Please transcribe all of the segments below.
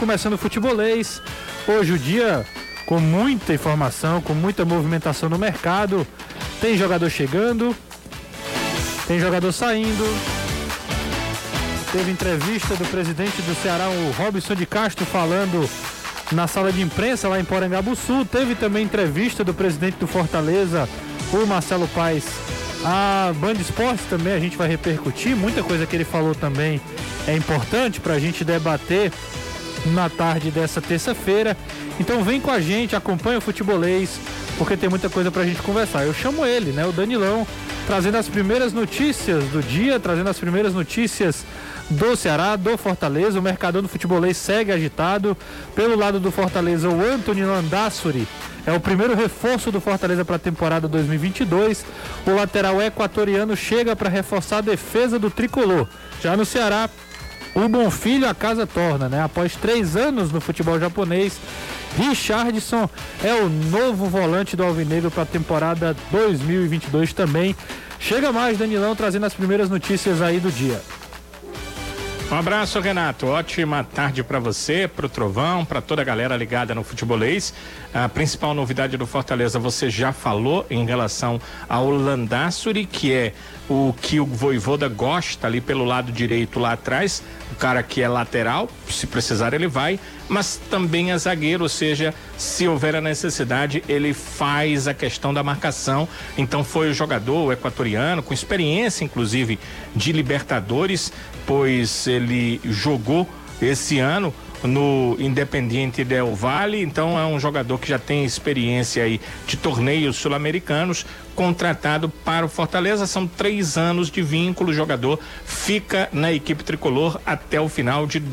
Começando o Futebolês, hoje o dia com muita informação, com muita movimentação no mercado. Tem jogador chegando, tem jogador saindo. Teve entrevista do presidente do Ceará, o Robson de Castro, falando na sala de imprensa lá em Porangabuçu. Teve também entrevista do presidente do Fortaleza, o Marcelo Paes. A Band Esportes também a gente vai repercutir. Muita coisa que ele falou também é importante para a gente debater na tarde dessa terça-feira. Então vem com a gente, acompanha o Futebolês, porque tem muita coisa pra gente conversar. Eu chamo ele, né, o Danilão, trazendo as primeiras notícias do dia, trazendo as primeiras notícias do Ceará, do Fortaleza. O mercadão do Futebolês segue agitado. Pelo lado do Fortaleza, o Anthony Landassuri é o primeiro reforço do Fortaleza para a temporada 2022. O lateral equatoriano chega para reforçar a defesa do tricolor. Já no Ceará, o Bonfilho a casa torna, né? Após 3 anos no futebol japonês, Richardson é o novo volante do Alvinegro para a temporada 2022 também. Chega mais, Danilão, trazendo as primeiras notícias aí do dia. Um abraço, Renato. Ótima tarde para você, para o Trovão, para toda a galera ligada no Futebolês. A principal novidade do Fortaleza você já falou em relação ao Landassuri, que é o que o Vojvoda gosta ali pelo lado direito lá atrás. O cara que é lateral, se precisar ele vai, mas também é zagueiro, ou seja, se houver a necessidade, ele faz a questão da marcação. Então foi o jogador equatoriano, com experiência inclusive de Libertadores, pois ele jogou esse ano no Independiente del Valle, então é um jogador que já tem experiência aí de torneios sul-americanos, contratado para o Fortaleza. São 3 anos de vínculo. O jogador fica na equipe tricolor até o final de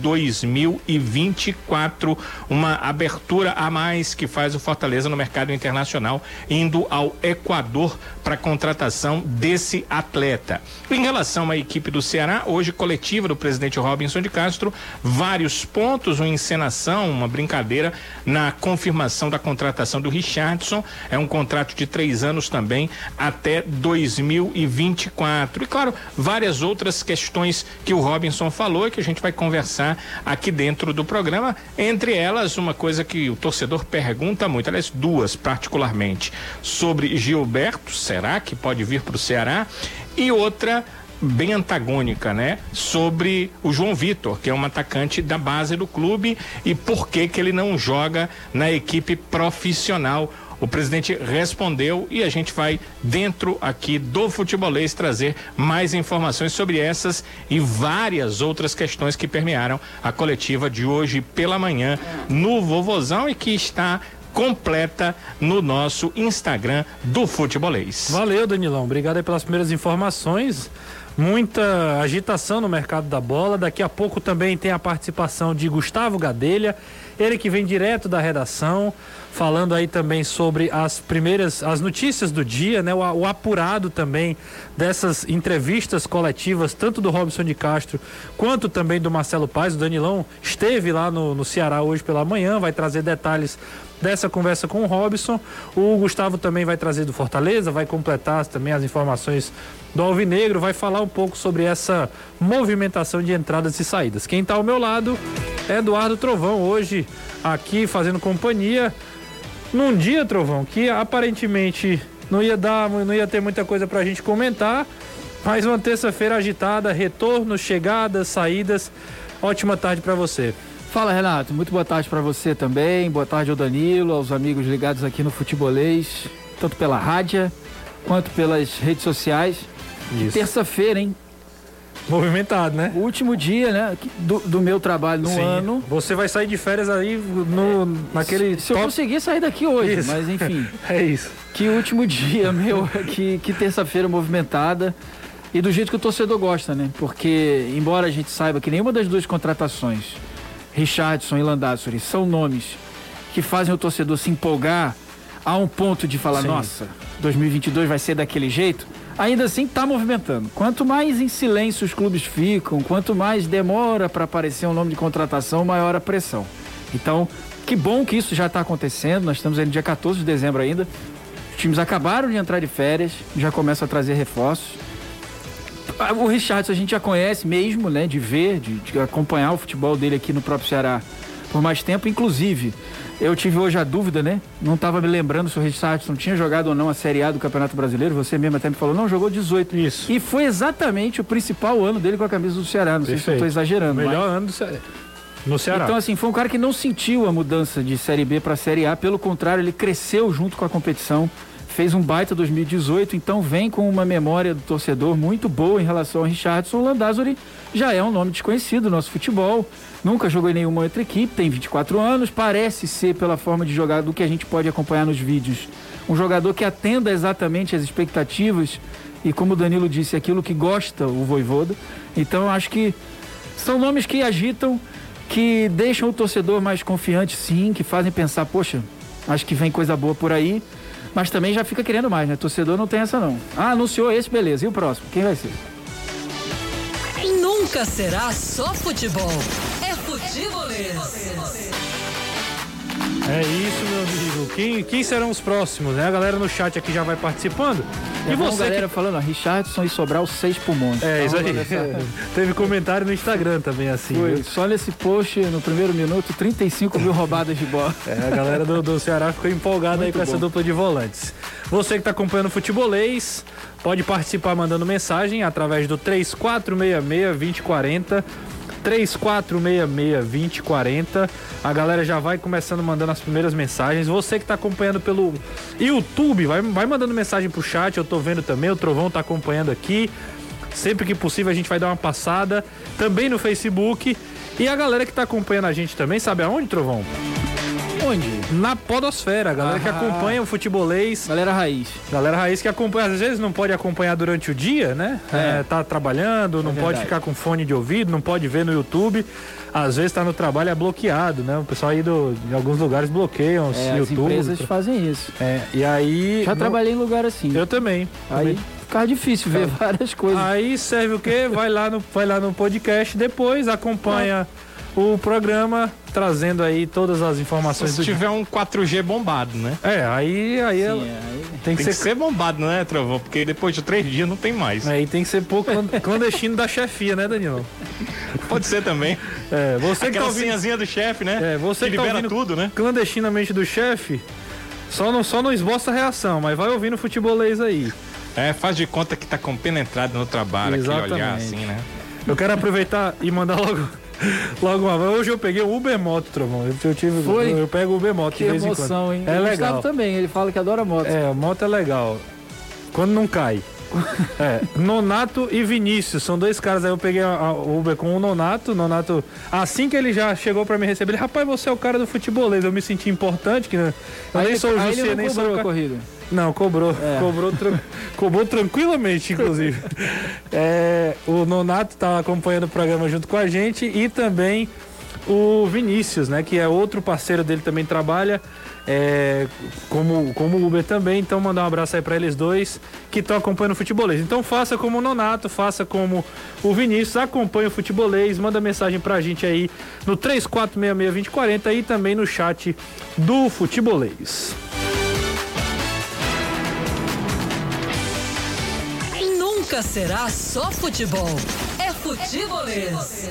2024, uma abertura a mais que faz o Fortaleza no mercado internacional, indo ao Equador para a contratação desse atleta. Em relação à equipe do Ceará, hoje coletiva do presidente Robson de Castro, vários pontos, uma encenação, uma brincadeira na confirmação da contratação do Richardson. É um contrato de 3 anos também, até 2024. E claro, várias outras questões que o Robson falou e que a gente vai conversar aqui dentro do programa. Entre elas, uma coisa que o torcedor pergunta muito, aliás, 2 particularmente, sobre Gilberto, será que pode vir para o Ceará? E outra bem antagônica, né? Sobre o João Vitor, que é um atacante da base do clube, e por que ele não joga na equipe profissional. O presidente respondeu e a gente vai, dentro aqui do Futebolês, trazer mais informações sobre essas e várias outras questões que permearam a coletiva de hoje pela manhã no Vovozão e que está completa no nosso Instagram do Futebolês. Valeu, Danilão. Obrigado aí pelas primeiras informações. Muita agitação no mercado da bola. Daqui a pouco também tem a participação de Gustavo Gadelha, ele que vem direto da redação, falando aí também sobre as notícias do dia, né? O apurado também dessas entrevistas coletivas, tanto do Robson de Castro quanto também do Marcelo Paes. O Danilão esteve lá no Ceará hoje pela manhã, vai trazer detalhes dessa conversa com o Robson. O Gustavo também vai trazer do Fortaleza, vai completar também as informações do Alvinegro, vai falar um pouco sobre essa movimentação de entradas e saídas. Quem está ao meu lado é Eduardo Trovão, hoje aqui fazendo companhia num dia, Trovão, que aparentemente não ia ter muita coisa pra gente comentar, mas uma terça-feira agitada, retornos, chegadas, saídas. Ótima tarde pra você. Fala, Renato, muito boa tarde para você também, boa tarde ao Danilo, aos amigos ligados aqui no Futebolês, tanto pela rádio quanto pelas redes sociais. Isso. Terça-feira, hein? Movimentado, né? O último dia, né, do meu trabalho no ano. Você vai sair de férias aí naquele... Se eu conseguir sair daqui hoje, isso. Mas enfim. É isso. Que último dia, meu, que terça-feira movimentada. E do jeito que o torcedor gosta, né? Porque, embora a gente saiba que nenhuma das 2 contratações, Richardson e Landassuri, são nomes que fazem o torcedor se empolgar a um ponto de falar, Sim. Nossa, 2022 vai ser daquele jeito, ainda assim está movimentando. Quanto mais em silêncio os clubes ficam, quanto mais demora para aparecer um nome de contratação, maior a pressão. Então, que bom que isso já está acontecendo. Nós estamos aí no dia 14 de dezembro ainda. Os times acabaram de entrar de férias, já começam a trazer reforços. O Richardson a gente já conhece mesmo, né? De ver, de acompanhar o futebol dele aqui no próprio Ceará por mais tempo. Inclusive, eu tive hoje a dúvida, né? Não estava me lembrando se o Richardson tinha jogado ou não a Série A do Campeonato Brasileiro. Você mesmo até me falou, não, jogou 18. Isso. E foi exatamente o principal ano dele com a camisa do Ceará. Não sei se eu estou exagerando. Melhor ano do Ceará. No Ceará. Então, assim, foi um cara que não sentiu a mudança de Série B para Série A. Pelo contrário, ele cresceu junto com a competição. Fez um baita 2018, então vem com uma memória do torcedor muito boa em relação ao Richardson. O Landázuri já é um nome desconhecido no nosso futebol, nunca jogou em nenhuma outra equipe, tem 24 anos, parece ser, pela forma de jogar do que a gente pode acompanhar nos vídeos, um jogador que atenda exatamente às expectativas e, como o Danilo disse, aquilo que gosta o Vojvoda. Então eu acho que são nomes que agitam, que deixam o torcedor mais confiante, sim, que fazem pensar, poxa, acho que vem coisa boa por aí. Mas também já fica querendo mais, né? Torcedor não tem essa, não. Ah, anunciou esse, beleza. E o próximo? Quem vai ser? Nunca será só futebol. É futebolês. É isso, meu amigo. Quem serão os próximos, né? A galera no chat aqui já vai participando. E você, galera falando, ó, Richardson e Sobral 6 pulmões. É, isso aí. Teve comentário no Instagram também, assim. Foi. Só nesse post, no primeiro minuto, 35 mil roubadas de bola. A galera do Ceará ficou empolgada aí com essa dupla de volantes. Você que está acompanhando o Futebolês, pode participar mandando mensagem através do 3466-2040. 3466-2040. A galera já vai começando mandando as primeiras mensagens. Você que está acompanhando pelo YouTube, vai mandando mensagem pro chat. Eu tô vendo também, o Trovão tá acompanhando aqui. Sempre que possível a gente vai dar uma passada. Também no Facebook. E a galera que tá acompanhando a gente também, sabe aonde, Trovão? Onde? Na podosfera, a galera que acompanha o Futebolês. Galera raiz. Galera raiz que acompanha, às vezes não pode acompanhar durante o dia, né? Tá trabalhando, não pode ficar com fone de ouvido, não pode ver no YouTube. Às vezes tá no trabalho, é bloqueado, né? O pessoal aí de alguns lugares bloqueiam os YouTube. As empresas fazem isso. E aí... Já trabalhei em lugar assim. Eu também. Aí ficava difícil ver várias coisas. Aí serve o quê? Vai lá no podcast depois, acompanha o programa, trazendo aí todas as informações. Se tiver um 4G bombado, né? Tem que ser bombado, né, Trovão? Porque depois de 3 dias não tem mais. Aí tem que ser pouco clandestino da chefia, né, Danilo? Pode ser também. Você aquela que tá senhazinha do chefe, né? Você que libera tá tudo, né? Clandestinamente do chefe, só não esboça a reação, mas vai ouvindo o Futebolês aí. Faz de conta que tá compenetrado no trabalho, aquele olhar assim, né? Eu quero aproveitar e mandar logo uma. Hoje eu peguei o Uber Moto, Trovão. Eu pego o Uber Moto de vez em quando. Que emoção, hein? É legal. Gustavo também, ele fala que adora moto. Moto é legal. Quando não cai. Nonato e Vinícius, são 2 caras. Aí eu peguei o Uber com o Nonato, assim que ele já chegou pra me receber, ele, rapaz, você é o cara do Futebolês. Eu me senti importante, que eu nem sou o José, nem sou a corrida. Não, cobrou tranquilamente, inclusive. O Nonato tá acompanhando o programa junto com a gente e também o Vinícius, né, que é outro parceiro dele, também trabalha como Uber também. Então mandar um abraço aí para eles dois que estão acompanhando o Futebolês. Então faça como o Nonato, faça como o Vinícius, acompanha o Futebolês, manda mensagem pra gente aí no 3466-2040 e também no chat do Futebolês. Nunca será só futebol. É futebolês.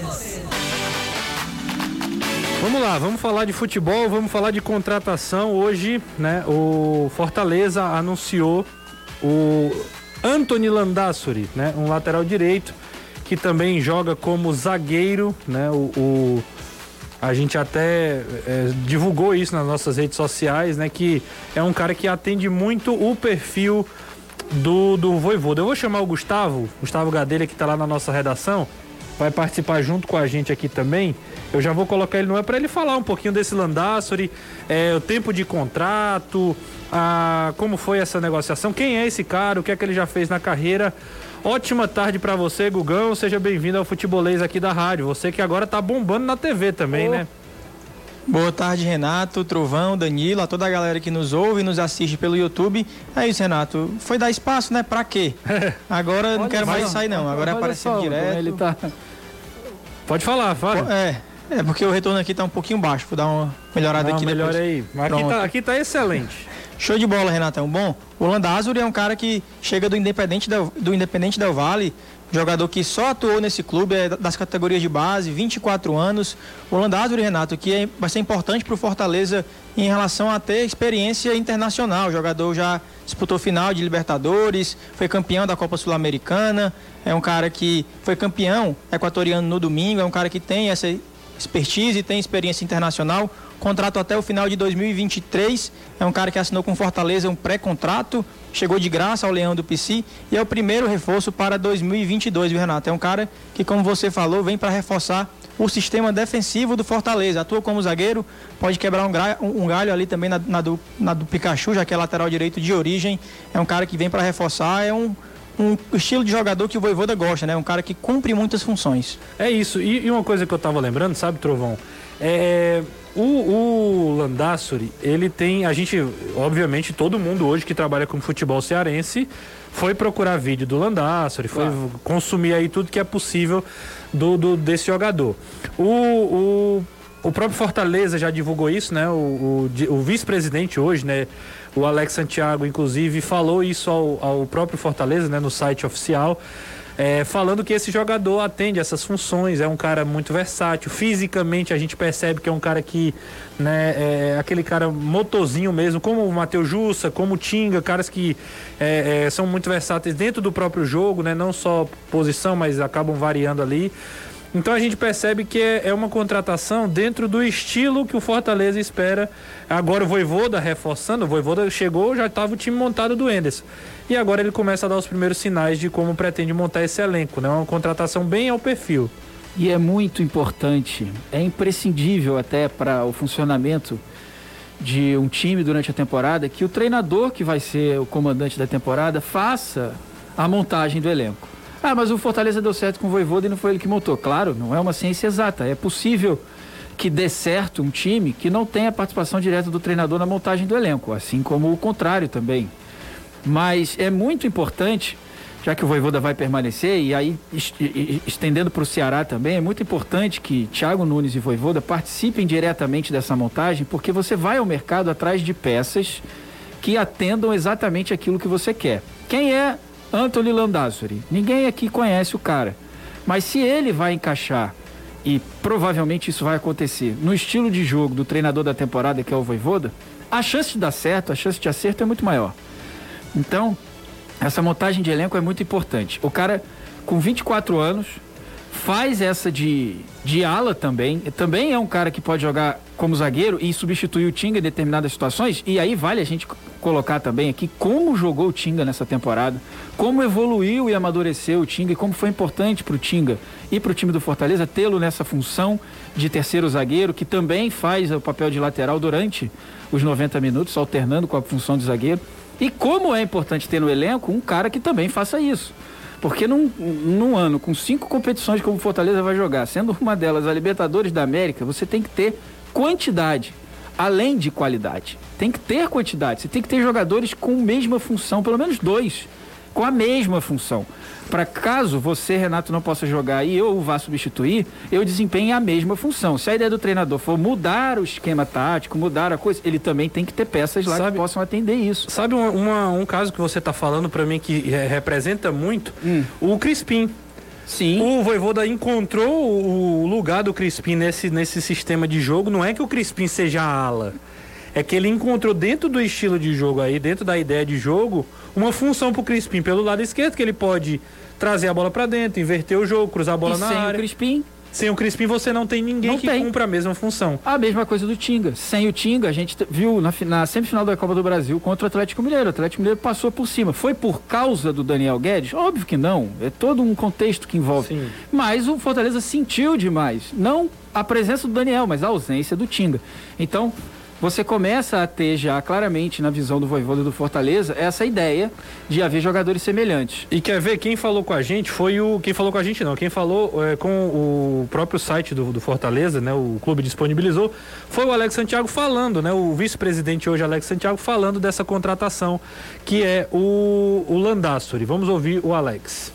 Vamos lá, vamos falar de futebol, vamos falar de contratação. Hoje, né, o Fortaleza anunciou o Anthony Landázuri, né, um lateral direito que também joga como zagueiro, né, a gente até divulgou isso nas nossas redes sociais, né, que é um cara que atende muito o perfil do Vojvoda. Eu vou chamar o Gustavo Gadelha, que está lá na nossa redação, vai participar junto com a gente aqui também. Eu já vou colocar ele no ar para ele falar um pouquinho desse Landázuri, o tempo de contrato, como foi essa negociação, quem é esse cara, o que é que ele já fez na carreira. Ótima tarde para você, Gugão, seja bem-vindo ao Futebolês aqui da rádio, você que agora tá bombando na TV também, né? Boa tarde, Renato, Trovão, Danilo, a toda a galera que nos ouve e nos assiste pelo YouTube. É isso, Renato. Foi dar espaço, né? Pra quê? Agora não quero mais sair, não. Agora é aparecendo direto. Ele tá... Pode falar, fala. É porque o retorno aqui tá um pouquinho baixo. Vou dar uma melhorada aqui depois. Melhora aí. Aqui tá excelente. Show de bola, Renatão. Bom, o Landázuri é um cara que chega do Independente Del Valle, jogador que só atuou nesse clube, é das categorias de base, 24 anos. O Landázuri, Renato, que vai ser importante para o Fortaleza em relação a ter experiência internacional. O jogador já disputou final de Libertadores, foi campeão da Copa Sul-Americana, é um cara que foi campeão equatoriano no domingo, é um cara que tem essa expertise, tem experiência internacional, contrato até o final de 2023, é um cara que assinou com Fortaleza um pré-contrato, chegou de graça ao Leão do Pici e é o primeiro reforço para 2022, viu, Renato? É um cara que, como você falou, vem para reforçar o sistema defensivo do Fortaleza, atua como zagueiro, pode quebrar um galho ali também na do Pikachu, já que é lateral direito de origem, é um cara que vem para reforçar, é um estilo de jogador que o Vojvoda gosta, né? Um cara que cumpre muitas funções. É isso, e uma coisa que eu tava lembrando, sabe, Trovão? O Landázuri, ele tem, a gente, obviamente, todo mundo hoje que trabalha com futebol cearense foi procurar vídeo do Landázuri, foi consumir aí tudo que é possível desse jogador. O próprio Fortaleza já divulgou isso, né? O vice-presidente hoje, né? O Alex Santiago, inclusive, falou isso ao próprio Fortaleza, né? No site oficial, falando que esse jogador atende essas funções, é um cara muito versátil, fisicamente a gente percebe que é um cara que, né? É aquele cara motorzinho mesmo, como o Matheus Jussa, como o Tinga, caras que são muito versáteis dentro do próprio jogo, né? Não só posição, mas acabam variando ali. Então a gente percebe que é uma contratação dentro do estilo que o Fortaleza espera. Agora o Vojvoda reforçando, o Vojvoda chegou, já estava o time montado do Enderson. E agora ele começa a dar os primeiros sinais de como pretende montar esse elenco, né? Uma contratação bem ao perfil. E é muito importante, é imprescindível até para o funcionamento de um time durante a temporada, que o treinador que vai ser o comandante da temporada faça a montagem do elenco. Ah, mas o Fortaleza deu certo com o Vojvoda e não foi ele que montou. Claro, não é uma ciência exata. É possível que dê certo um time que não tenha participação direta do treinador na montagem do elenco, assim como o contrário também. Mas é muito importante, já que o Vojvoda vai permanecer, e aí estendendo para o Ceará também, é muito importante que Thiago Nunes e Vojvoda participem diretamente dessa montagem, porque você vai ao mercado atrás de peças que atendam exatamente aquilo que você quer. Quem é Anthony Landázuri? Ninguém aqui conhece o cara, mas se ele vai encaixar, e provavelmente isso vai acontecer, no estilo de jogo do treinador da temporada, que é o Vojvoda, a chance de dar certo, a chance de acerto é muito maior. Então, essa montagem de elenco é muito importante. O cara com 24 anos faz essa de ala também é um cara que pode jogar como zagueiro e substituir o Tinga em determinadas situações, e aí vale a gente colocar também aqui como jogou o Tinga nessa temporada, como evoluiu e amadureceu o Tinga e como foi importante para o Tinga e para o time do Fortaleza tê-lo nessa função de terceiro zagueiro, que também faz o papel de lateral durante os 90 minutos, alternando com a função de zagueiro, e como é importante ter no elenco um cara que também faça isso. Porque num ano com 5 competições como o Fortaleza vai jogar, sendo uma delas a Libertadores da América, você tem que ter quantidade, além de qualidade. Tem que ter quantidade, você tem que ter jogadores com a mesma função, pelo menos 2, com a mesma função. Para caso você, Renato, não possa jogar e eu vá substituir, eu desempenho a mesma função. Se a ideia do treinador for mudar o esquema tático, mudar a coisa, ele também tem que ter peças lá que possam atender isso. Sabe um caso que você está falando para mim que representa muito? O Crispim. Sim. O Vojvoda encontrou o lugar do Crispim nesse sistema de jogo. Não é que o Crispim seja ala, é que ele encontrou dentro do estilo de jogo aí, dentro da ideia de jogo, uma função pro Crispim pelo lado esquerdo, que ele pode trazer a bola para dentro, inverter o jogo, cruzar a bola na área. Sem o Crispim você não tem ninguém que cumpra a mesma função. A mesma coisa do Tinga. Sem o Tinga, a gente viu na semifinal da Copa do Brasil contra o Atlético Mineiro. O Atlético Mineiro passou por cima. Foi por causa do Daniel Guedes? Óbvio que não. É todo um contexto que envolve. Sim. Mas o Fortaleza sentiu demais. Não a presença do Daniel, mas a ausência do Tinga. Então, você começa a ter já claramente na visão do Vojvoda do Fortaleza essa ideia de haver jogadores semelhantes. E quer ver, quem falou com a gente quem falou com o próprio site do Fortaleza, né, o clube disponibilizou, foi o Alex Santiago falando, né, o vice-presidente hoje, Alex Santiago, falando dessa contratação que é o Landázuri. Vamos ouvir o Alex.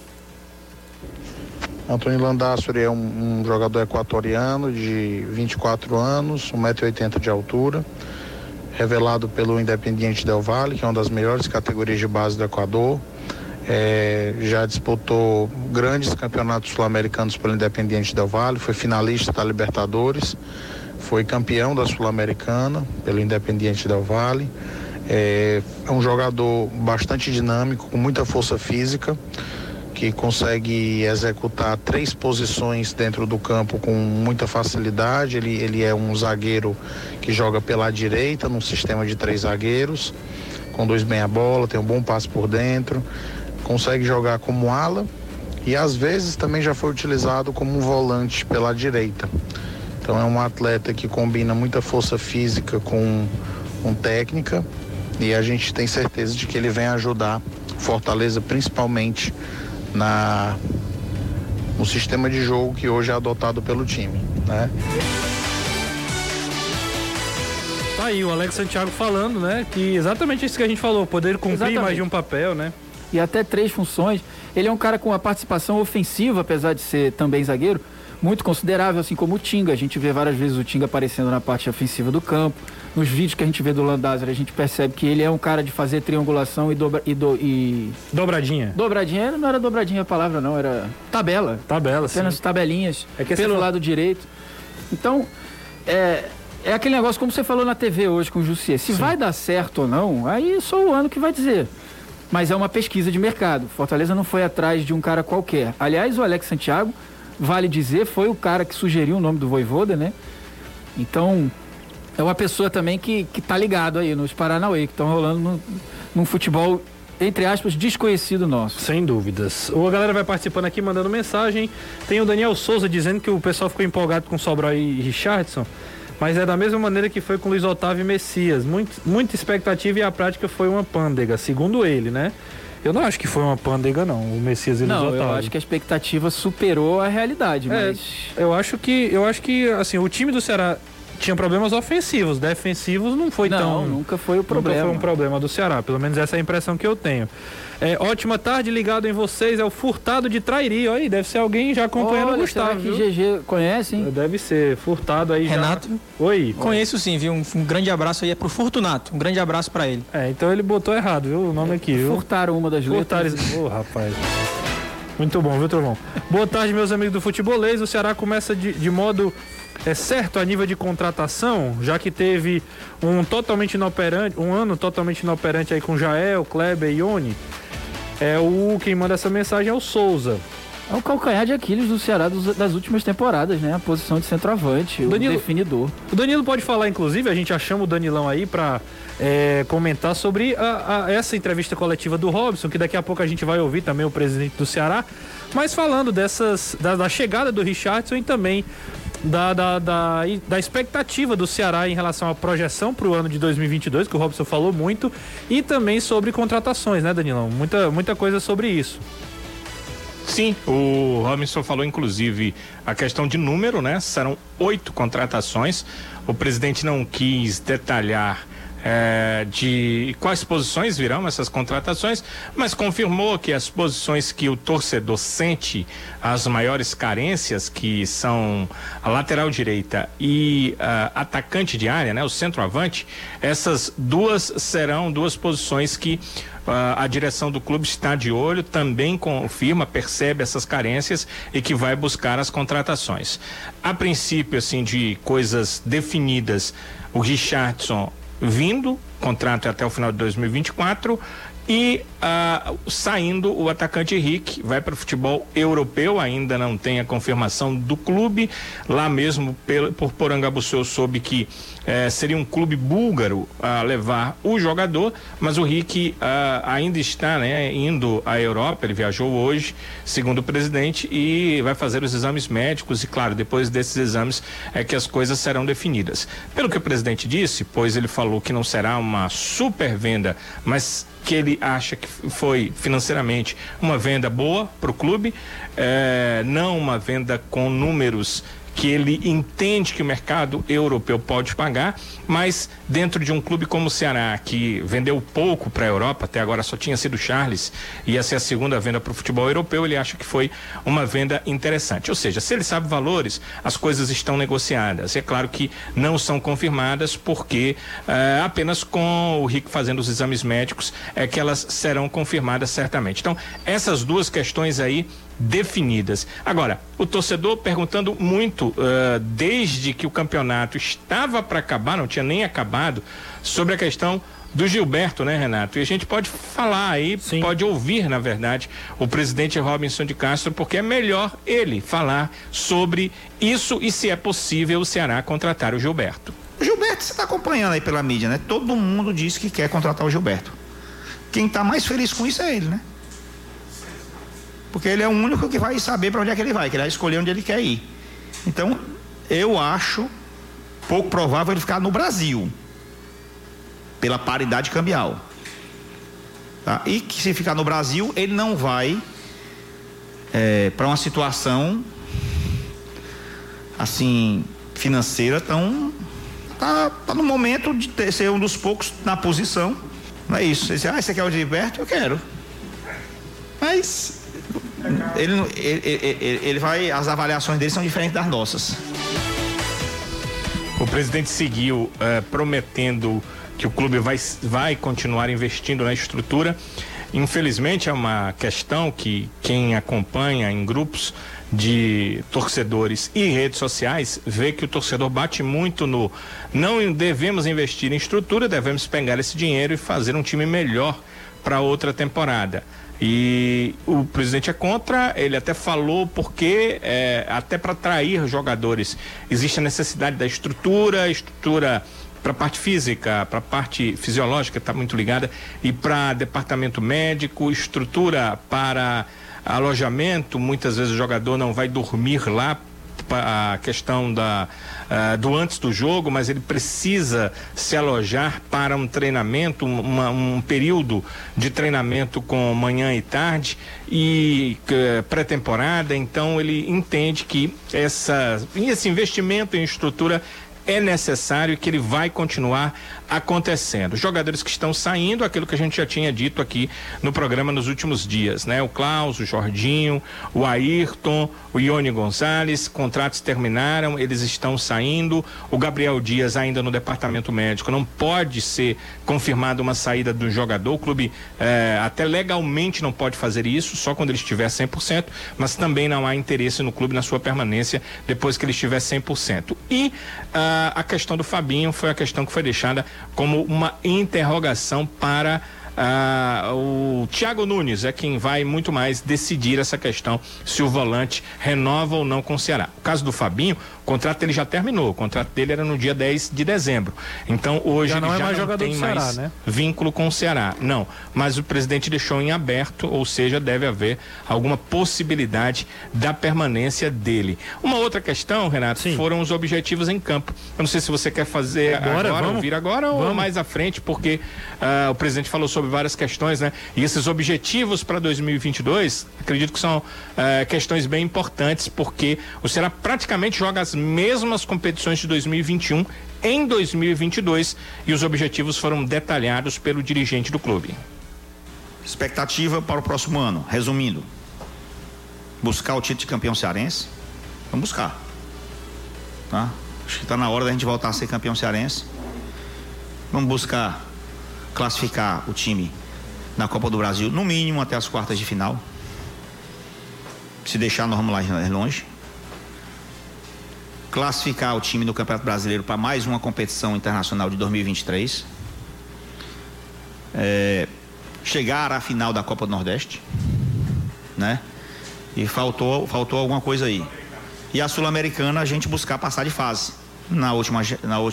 Anthony Landázuri é um jogador equatoriano de 24 anos, 1,80 m de altura, revelado pelo Independiente Del Valle, que é uma das melhores categorias de base do Equador. Já disputou grandes campeonatos sul-americanos pelo Independiente Del Valle, foi finalista da Libertadores, foi campeão da Sul-Americana pelo Independiente Del Valle. É um jogador bastante dinâmico, com muita força física, que consegue executar 3 posições dentro do campo com muita facilidade. Ele é um zagueiro que joga pela direita, num sistema de 3 zagueiros, conduz bem a bola, tem um bom passe por dentro, consegue jogar como ala e às vezes também já foi utilizado como um volante pela direita. Então é um atleta que combina muita força física com técnica, e a gente tem certeza de que ele vem ajudar Fortaleza principalmente no sistema de jogo que hoje é adotado pelo time, né? Tá aí o Alex Santiago falando, né? Que exatamente isso que a gente falou, poder cumprir mais de um papel, né? E até 3 funções. Ele é um cara com uma participação ofensiva, apesar de ser também zagueiro, muito considerável, assim como o Tinga. A gente vê várias vezes o Tinga aparecendo na parte ofensiva do campo. Nos vídeos que a gente vê do Landázuri, a gente percebe que ele é um cara de fazer triangulação e dobradinha. Dobradinha, não era dobradinha a palavra, não, era tabela. Tabela, apenas sim. Tabelinhas pelo lado direito. Então, é aquele negócio como você falou na TV hoje com o Jussier. Se vai dar certo ou não, aí só o ano que vai dizer. Mas é uma pesquisa de mercado. Fortaleza não foi atrás de um cara qualquer. Aliás, o Alex Santiago, vale dizer, foi o cara que sugeriu o nome do Vojvoda, né? Então, é uma pessoa também que tá ligado aí nos Paranauê, que estão rolando num futebol, entre aspas, desconhecido nosso. Sem dúvidas. A galera vai participando aqui, mandando mensagem. Tem o Daniel Souza dizendo que o pessoal ficou empolgado com Sobral e Richardson, mas é da mesma maneira que foi com Luiz Otávio e Messias. Muita expectativa e a prática foi uma pândega, segundo ele, né? Eu não acho que foi uma pândega, não, o Messias e o Luiz Otávio. Não, eu acho que a expectativa superou a realidade, mas... Eu acho que, assim, o time do Ceará tinha problemas ofensivos, defensivos não foi tão... nunca foi o problema. Nunca foi um problema do Ceará, pelo menos essa é a impressão que eu tenho. Ótima tarde, ligado em vocês, é o Furtado de Trairi, olha aí, deve ser alguém já acompanhando o Gustavo. Será que GG conhece, hein? Deve ser, Furtado aí. Renato? Já... Oi. Conheço sim, viu? Um grande abraço aí, é pro Fortunato, um grande abraço pra ele. Então ele botou errado, viu, o nome aqui, viu? Furtaram uma das letras. Rapaz. Muito bom, viu, Trovão? Boa tarde, meus amigos do Futebolês. O Ceará começa de modo certo a nível de contratação, já que teve um ano totalmente inoperante aí com Jael, Kleber e Ione. Quem manda essa mensagem é o Souza. É o calcanhar de Aquiles do Ceará das últimas temporadas, né? A posição de centroavante, o definidor. O Danilo pode falar, inclusive, a já chama o Danilão aí pra comentar sobre essa entrevista coletiva do Robson, que daqui a pouco a gente vai ouvir também o presidente do Ceará, mas falando da chegada do Richardson e também da expectativa do Ceará em relação à projeção para o ano de 2022, que o Robson falou muito, e também sobre contratações, né, Danilão? Muita coisa sobre isso. Sim, o Robinson falou inclusive a questão de número, né? Serão 8 contratações. O presidente não quis detalhar de quais posições virão essas contratações, mas confirmou que as posições que o torcedor sente as maiores carências, que são a lateral direita e atacante de área, né, o centroavante, essas duas serão 2 posições que a direção do clube está de olho, também confirma, percebe essas carências e que vai buscar as contratações. A princípio, assim, de coisas definidas, o Richardson vindo, contrato até o final de 2024, e saindo o atacante Henrique, vai para o futebol europeu, ainda não tem a confirmação do clube. Lá mesmo por Porangabuçu eu soube que seria um clube búlgaro a levar o jogador, mas o Henrique ainda está, né, indo à Europa. Ele viajou hoje, segundo o presidente, e vai fazer os exames médicos, e claro, depois desses exames é que as coisas serão definidas. Pelo que o presidente disse, pois ele falou que não será uma super venda, mas que ele acha que foi financeiramente uma venda boa para o clube, não uma venda com números que ele entende que o mercado europeu pode pagar, mas dentro de um clube como o Ceará, que vendeu pouco para a Europa, até agora só tinha sido Charles, e ia ser a segunda venda para o futebol europeu, ele acha que foi uma venda interessante. Ou seja, se ele sabe valores, as coisas estão negociadas. É claro que não são confirmadas, porque apenas com o Rick fazendo os exames médicos é que elas serão confirmadas certamente. Então, essas duas questões aí definidas. Agora, o torcedor perguntando muito, desde que o campeonato estava para acabar, não tinha nem acabado, sobre a questão do Gilberto, né, Renato? E a gente pode falar aí, sim, pode ouvir, na verdade, o presidente Robinson de Castro, porque é melhor ele falar sobre isso e se é possível o Ceará contratar o Gilberto. O Gilberto, você está acompanhando aí pela mídia, né? Todo mundo diz que quer contratar o Gilberto. Quem está mais feliz com isso é ele, né? Porque ele é o único que vai saber para onde é que ele vai, que ele vai escolher onde ele quer ir. Então, eu acho pouco provável ele ficar no Brasil, pela paridade cambial. Tá? E que se ficar no Brasil, ele não vai para uma situação assim, financeira tão... Tá no momento de ser um dos poucos na posição. Não é isso. Você quer o Gilberto? Eu quero. Mas ele vai, as avaliações dele são diferentes das nossas. O presidente seguiu prometendo que o clube vai continuar investindo na estrutura. Infelizmente é uma questão que quem acompanha em grupos de torcedores e redes sociais vê que o torcedor bate muito no não devemos investir em estrutura, devemos pegar esse dinheiro e fazer um time melhor para outra temporada. E o presidente é contra, ele até falou porque até para atrair jogadores existe a necessidade da estrutura para a parte física, para a parte fisiológica, está muito ligada, e para departamento médico, estrutura para alojamento. Muitas vezes o jogador não vai dormir lá, a questão do antes do jogo, mas ele precisa se alojar para um treinamento, um período de treinamento com manhã e tarde e pré-temporada. Então ele entende que esse investimento em estrutura é necessário e que ele vai continuar acontecendo. Os jogadores que estão saindo, aquilo que a gente já tinha dito aqui no programa nos últimos dias, né? O Klaus, o Jorginho, o Ayrton, o Ione Gonzalez, contratos terminaram, eles estão saindo. O Gabriel Dias ainda no departamento médico, não pode ser confirmada uma saída do jogador. O clube até legalmente não pode fazer isso, só quando ele estiver 100%, mas também não há interesse no clube na sua permanência depois que ele estiver 100%. E a questão do Fabinho foi a questão que foi deixada como uma interrogação para o Thiago Nunes, é quem vai muito mais decidir essa questão, se o volante renova ou não com o Ceará. O caso do Fabinho, o contrato dele já terminou, o contrato dele era no dia 10 de dezembro, então hoje ele já não tem mais vínculo com o Ceará, não, mas o presidente deixou em aberto, ou seja, deve haver alguma possibilidade da permanência dele. Uma outra questão, Renato, sim, foram os objetivos em campo. Eu não sei se você quer fazer ouvir agora ou mais à frente, porque o presidente falou sobre várias questões, né? E esses objetivos para 2022, acredito que são questões bem importantes, porque o Ceará praticamente joga as mesmas competições de 2021 em 2022 e os objetivos foram detalhados pelo dirigente do clube. Expectativa para o próximo ano, resumindo: buscar o título de campeão cearense. Vamos buscar, tá? Acho que está na hora da gente voltar a ser campeão cearense. Vamos buscar classificar o time na Copa do Brasil, no mínimo até as quartas de final. Se deixar, nós vamos lá longe. Classificar o time do Campeonato Brasileiro para mais uma competição internacional de 2023. Chegar à final da Copa do Nordeste, né? E faltou alguma coisa aí. E a Sul-Americana, a gente buscar passar de fase. Na última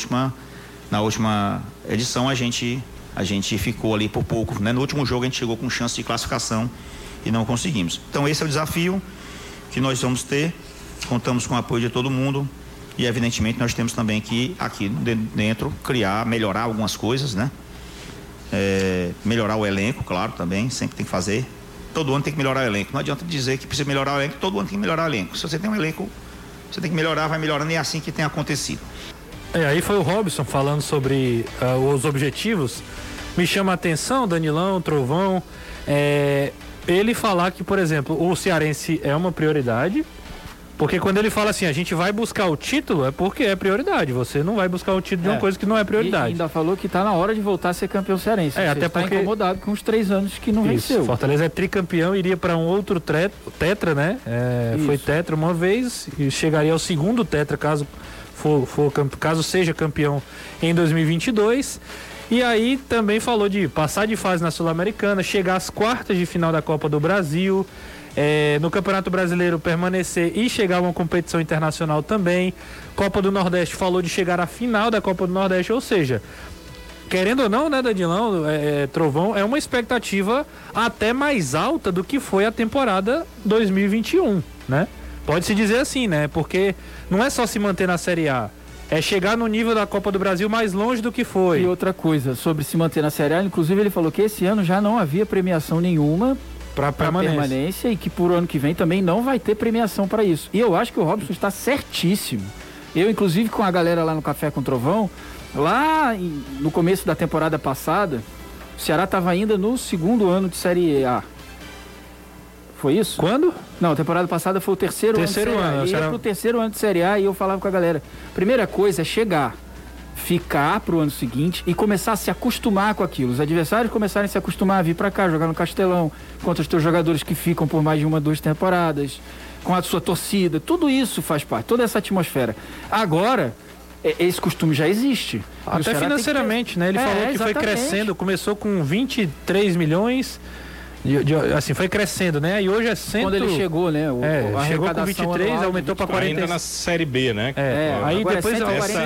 edição a gente ficou ali por pouco, né? No último jogo a gente chegou com chance de classificação e não conseguimos. Então esse é o desafio que nós vamos ter. Contamos com o apoio de todo mundo e evidentemente nós temos também que aqui dentro melhorar algumas coisas, né? Melhorar o elenco, claro, também, sempre tem que fazer. Todo ano tem que melhorar o elenco. Não adianta dizer que precisa melhorar o elenco, todo ano tem que melhorar o elenco. Se você tem um elenco Você tem que melhorar, vai melhorando, e é assim que tem acontecido. Aí foi o Robson falando sobre os objetivos. Me chama a atenção, Danilão, Trovão, ele falar que, por exemplo, o cearense é uma prioridade, porque quando ele fala assim, a gente vai buscar o título, é porque é prioridade. Você não vai buscar o título de uma coisa que não é prioridade. E ainda falou que tá na hora de voltar a ser campeão cearense. Até porque tá incomodado com os 3 anos que não venceu. Fortaleza é tricampeão, iria para um outro tetra, né? Foi tetra uma vez e chegaria ao segundo tetra caso seja campeão em 2022. E aí também falou de passar de fase na Sul-Americana, chegar às quartas de final da Copa do Brasil, no Campeonato Brasileiro permanecer e chegar a uma competição internacional também. Copa do Nordeste falou de chegar à final da Copa do Nordeste, ou seja, querendo ou não, né, Danilão, Trovão, é uma expectativa até mais alta do que foi a temporada 2021, né? Pode-se dizer assim, né? Porque não é só se manter na Série A, é chegar no nível da Copa do Brasil mais longe do que foi. E outra coisa, sobre se manter na Série A, inclusive ele falou que esse ano já não havia premiação nenhuma para permanência e que por ano que vem também não vai ter premiação para isso. E eu acho que o Robson está certíssimo. Eu, inclusive, com a galera lá no Café com Trovão, no começo da temporada passada, o Ceará estava ainda no 2º ano de Série A. Foi isso? Quando? Não, a temporada passada foi o terceiro ano de Série A. Ia pro 3º ano de Série A e eu falava com a galera. Primeira coisa é chegar, ficar pro ano seguinte e começar a se acostumar com aquilo. Os adversários começarem a se acostumar a vir para cá, jogar no Castelão, contra os teus jogadores que ficam por mais de 1, 2 temporadas, com a sua torcida. Tudo isso faz parte, toda essa atmosfera. Agora, esse costume já existe. Até financeiramente, né? Ele falou que foi crescendo, começou com 23 milhões... assim, foi crescendo, né? E hoje é 100... Quando ele chegou, né? Chegou com 23, aumentou para 40. Ainda na Série B, né? Aí depois...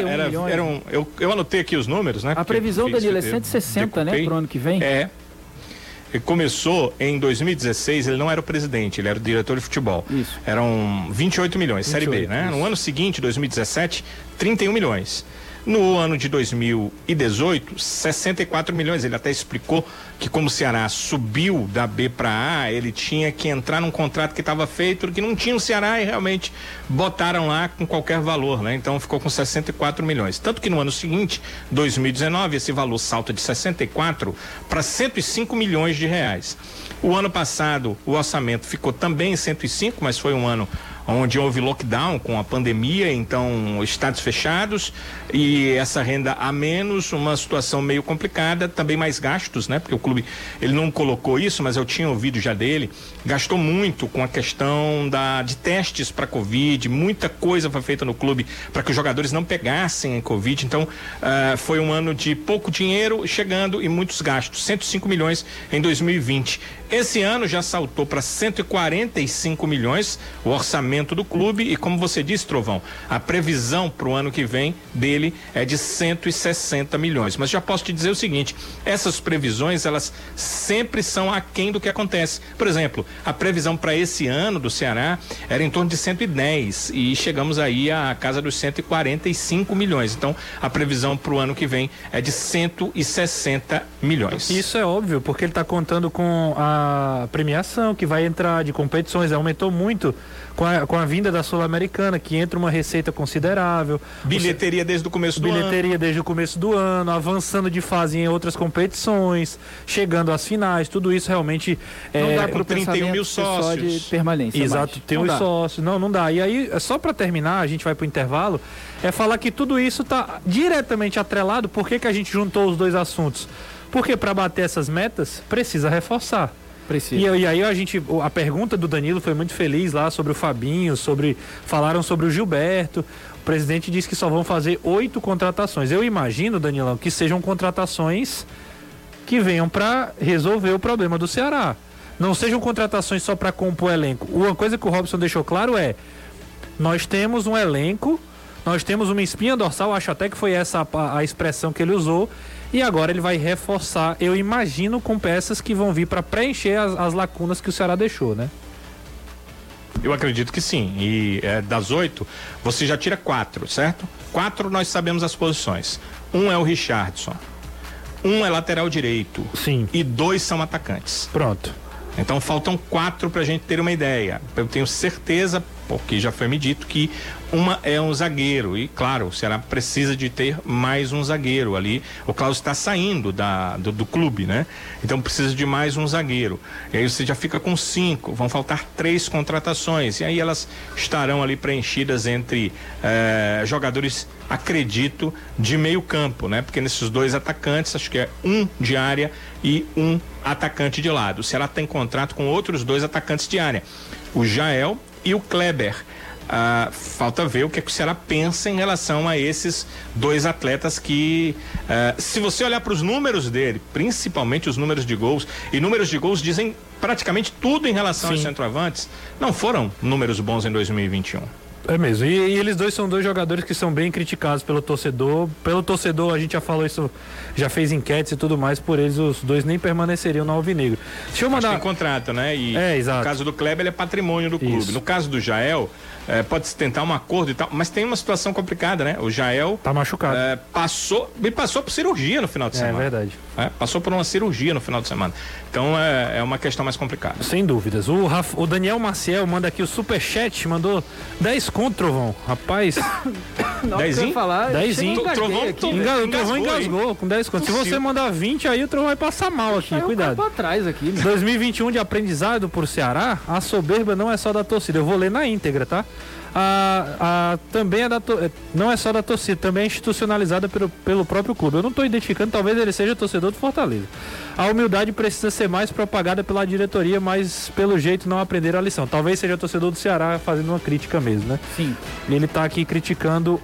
Eu anotei aqui os números, né? A previsão, Danilo, é 160, né? Pro ano que vem. Ele começou em 2016, ele não era o presidente, ele era o diretor de futebol. Isso. Eram 28 milhões, Série B, né? Isso. No ano seguinte, 2017, 31 milhões. No ano de 2018, 64 milhões. Ele até explicou que como o Ceará subiu da B para A, ele tinha que entrar num contrato que estava feito, que não tinha o Ceará e realmente botaram lá com qualquer valor, né? Então ficou com 64 milhões. Tanto que no ano seguinte, 2019, esse valor salta de 64 para 105 milhões de reais. O ano passado, o orçamento ficou também em 105, mas foi um ano onde houve lockdown com a pandemia, então estados fechados e essa renda a menos, uma situação meio complicada, também mais gastos, né? Porque o clube, ele não colocou isso, mas eu tinha ouvido já dele, gastou muito com a questão de testes para Covid, muita coisa foi feita no clube para que os jogadores não pegassem a Covid, então foi um ano de pouco dinheiro chegando e muitos gastos, 105 milhões em 2020. Esse ano já saltou para 145 milhões o orçamento do clube e, como você disse, Trovão, a previsão para o ano que vem dele é de 160 milhões. Mas já posso te dizer o seguinte, essas previsões, elas sempre são aquém do que acontece. Por exemplo, a previsão para esse ano do Ceará era em torno de 110 e chegamos aí à casa dos 145 milhões. Então, a previsão para o ano que vem é de 160 milhões. Isso é óbvio, porque ele está contando com a premiação que vai entrar de competições, aumentou muito com a vinda da Sul-Americana, que entra uma receita considerável. Bilheteria desde o começo do ano. Bilheteria desde o começo do ano, avançando de fase em outras competições, chegando às finais, tudo isso realmente não dá pro 31 mil sócios de permanência. Exato, tem os sócios. Não dá. E aí, só para terminar, a gente vai pro intervalo, falar que tudo isso está diretamente atrelado. Por que a gente juntou os dois assuntos? Porque para bater essas metas, precisa reforçar. Precisa. E aí a pergunta do Danilo foi muito feliz lá sobre o Fabinho, falaram sobre o Gilberto. O presidente disse que só vão fazer 8 contratações. Eu imagino, Danilão, que sejam contratações que venham para resolver o problema do Ceará. Não sejam contratações só para compor o elenco. Uma coisa que o Robson deixou claro nós temos um elenco, nós temos uma espinha dorsal, acho até que foi essa a expressão que ele usou, e agora ele vai reforçar, eu imagino, com peças que vão vir para preencher as lacunas que o Ceará deixou, né? Eu acredito que sim, e das 8, você já tira 4, certo? 4 nós sabemos as posições. Um é o Richardson, um é lateral direito. Sim. E 2 são atacantes. Pronto. Então faltam 4 pra gente ter uma ideia. Eu tenho certeza, porque já foi me dito que uma é um zagueiro e, claro, o Ceará precisa de ter mais um zagueiro ali. O Klaus está saindo do clube, né? Então precisa de mais um zagueiro. E aí você já fica com 5, vão faltar 3 contratações e aí elas estarão ali preenchidas entre jogadores, acredito, de meio campo, né? Porque nesses 2 atacantes, acho que é um de área e um atacante de lado. O Ceará tem contrato com outros 2 atacantes de área, o Jael e o Kleber. Falta ver o que o Ceará pensa em relação a esses 2 atletas que, se você olhar para os números dele, principalmente os números de gols, e números de gols dizem praticamente tudo em relação aos centroavantes, não foram números bons em 2021. É mesmo, e eles 2 são 2 jogadores que são bem criticados pelo torcedor. Pelo torcedor, a gente já falou isso, já fez enquetes e tudo mais, por eles os 2 nem permaneceriam no Alvinegro. Deixa eu mandar... Tem contrato, né? E exato. No caso do Kleber, ele é patrimônio do clube. No caso do Jael, pode-se tentar um acordo e tal, mas tem uma situação complicada, né? O Jael... Tá machucado. Passou por cirurgia no final de semana. É verdade. Passou por uma cirurgia no final de semana. Então é uma questão mais complicada. Sem dúvidas. O Daniel Maciel manda aqui o superchat, mandou 10 conto, Trovão. Rapaz. Dezinho? 10zinho. O Trovão engasgou com 10 conto. Se você mandar 20, aí o Trovão vai passar mal aqui. Cuidado. Pra trás aqui, 2021 de aprendizado por Ceará, a soberba não é só da torcida. Eu vou ler na íntegra, tá? Também não é só da torcida, também é institucionalizada pelo próprio clube. Eu não estou identificando, talvez ele seja torcedor do Fortaleza. A humildade precisa ser mais propagada pela diretoria, mas pelo jeito não aprenderam a lição. Talvez seja torcedor do Ceará fazendo uma crítica mesmo, né? Sim. Ele está aqui criticando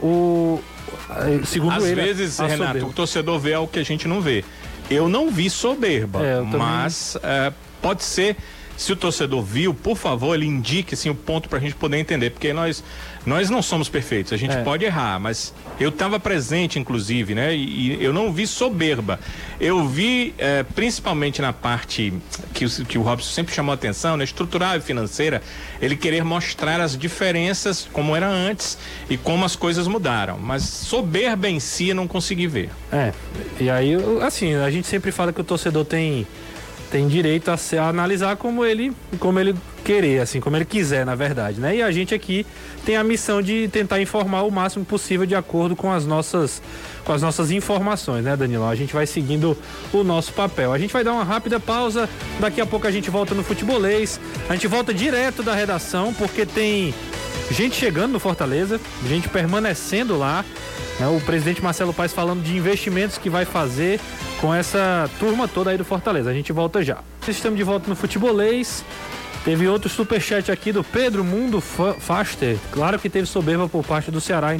segundo Às ele, vezes, Renato, soberba. o torcedor vê algo que a gente não vê. Eu não vi soberba, mas pode ser. Se o torcedor viu, por favor, ele indique assim, o ponto pra gente poder entender, porque nós não somos perfeitos, a gente pode errar, mas eu estava presente, inclusive, né? E eu não vi soberba. Eu vi, principalmente na parte que o Robson sempre chamou a atenção, né? Estrutural e financeira, ele querer mostrar as diferenças, como era antes e como as coisas mudaram. Mas soberba em si eu não consegui ver. E aí, assim, a gente sempre fala que o torcedor tem direito a analisar como ele querer, assim, como ele quiser, na verdade, né? E a gente aqui tem a missão de tentar informar o máximo possível de acordo com as nossas informações, né, Danilão? A gente vai seguindo o nosso papel. A gente vai dar uma rápida pausa, daqui a pouco a gente volta no Futebolês, a gente volta direto da redação, porque tem gente chegando no Fortaleza, gente permanecendo lá, né? O presidente Marcelo Paes falando de investimentos que vai fazer com essa turma toda aí do Fortaleza. A gente volta já. Estamos de volta no Futebolês. Teve outro superchat aqui do Pedro Mundo Faster. Claro que teve soberba por parte do Ceará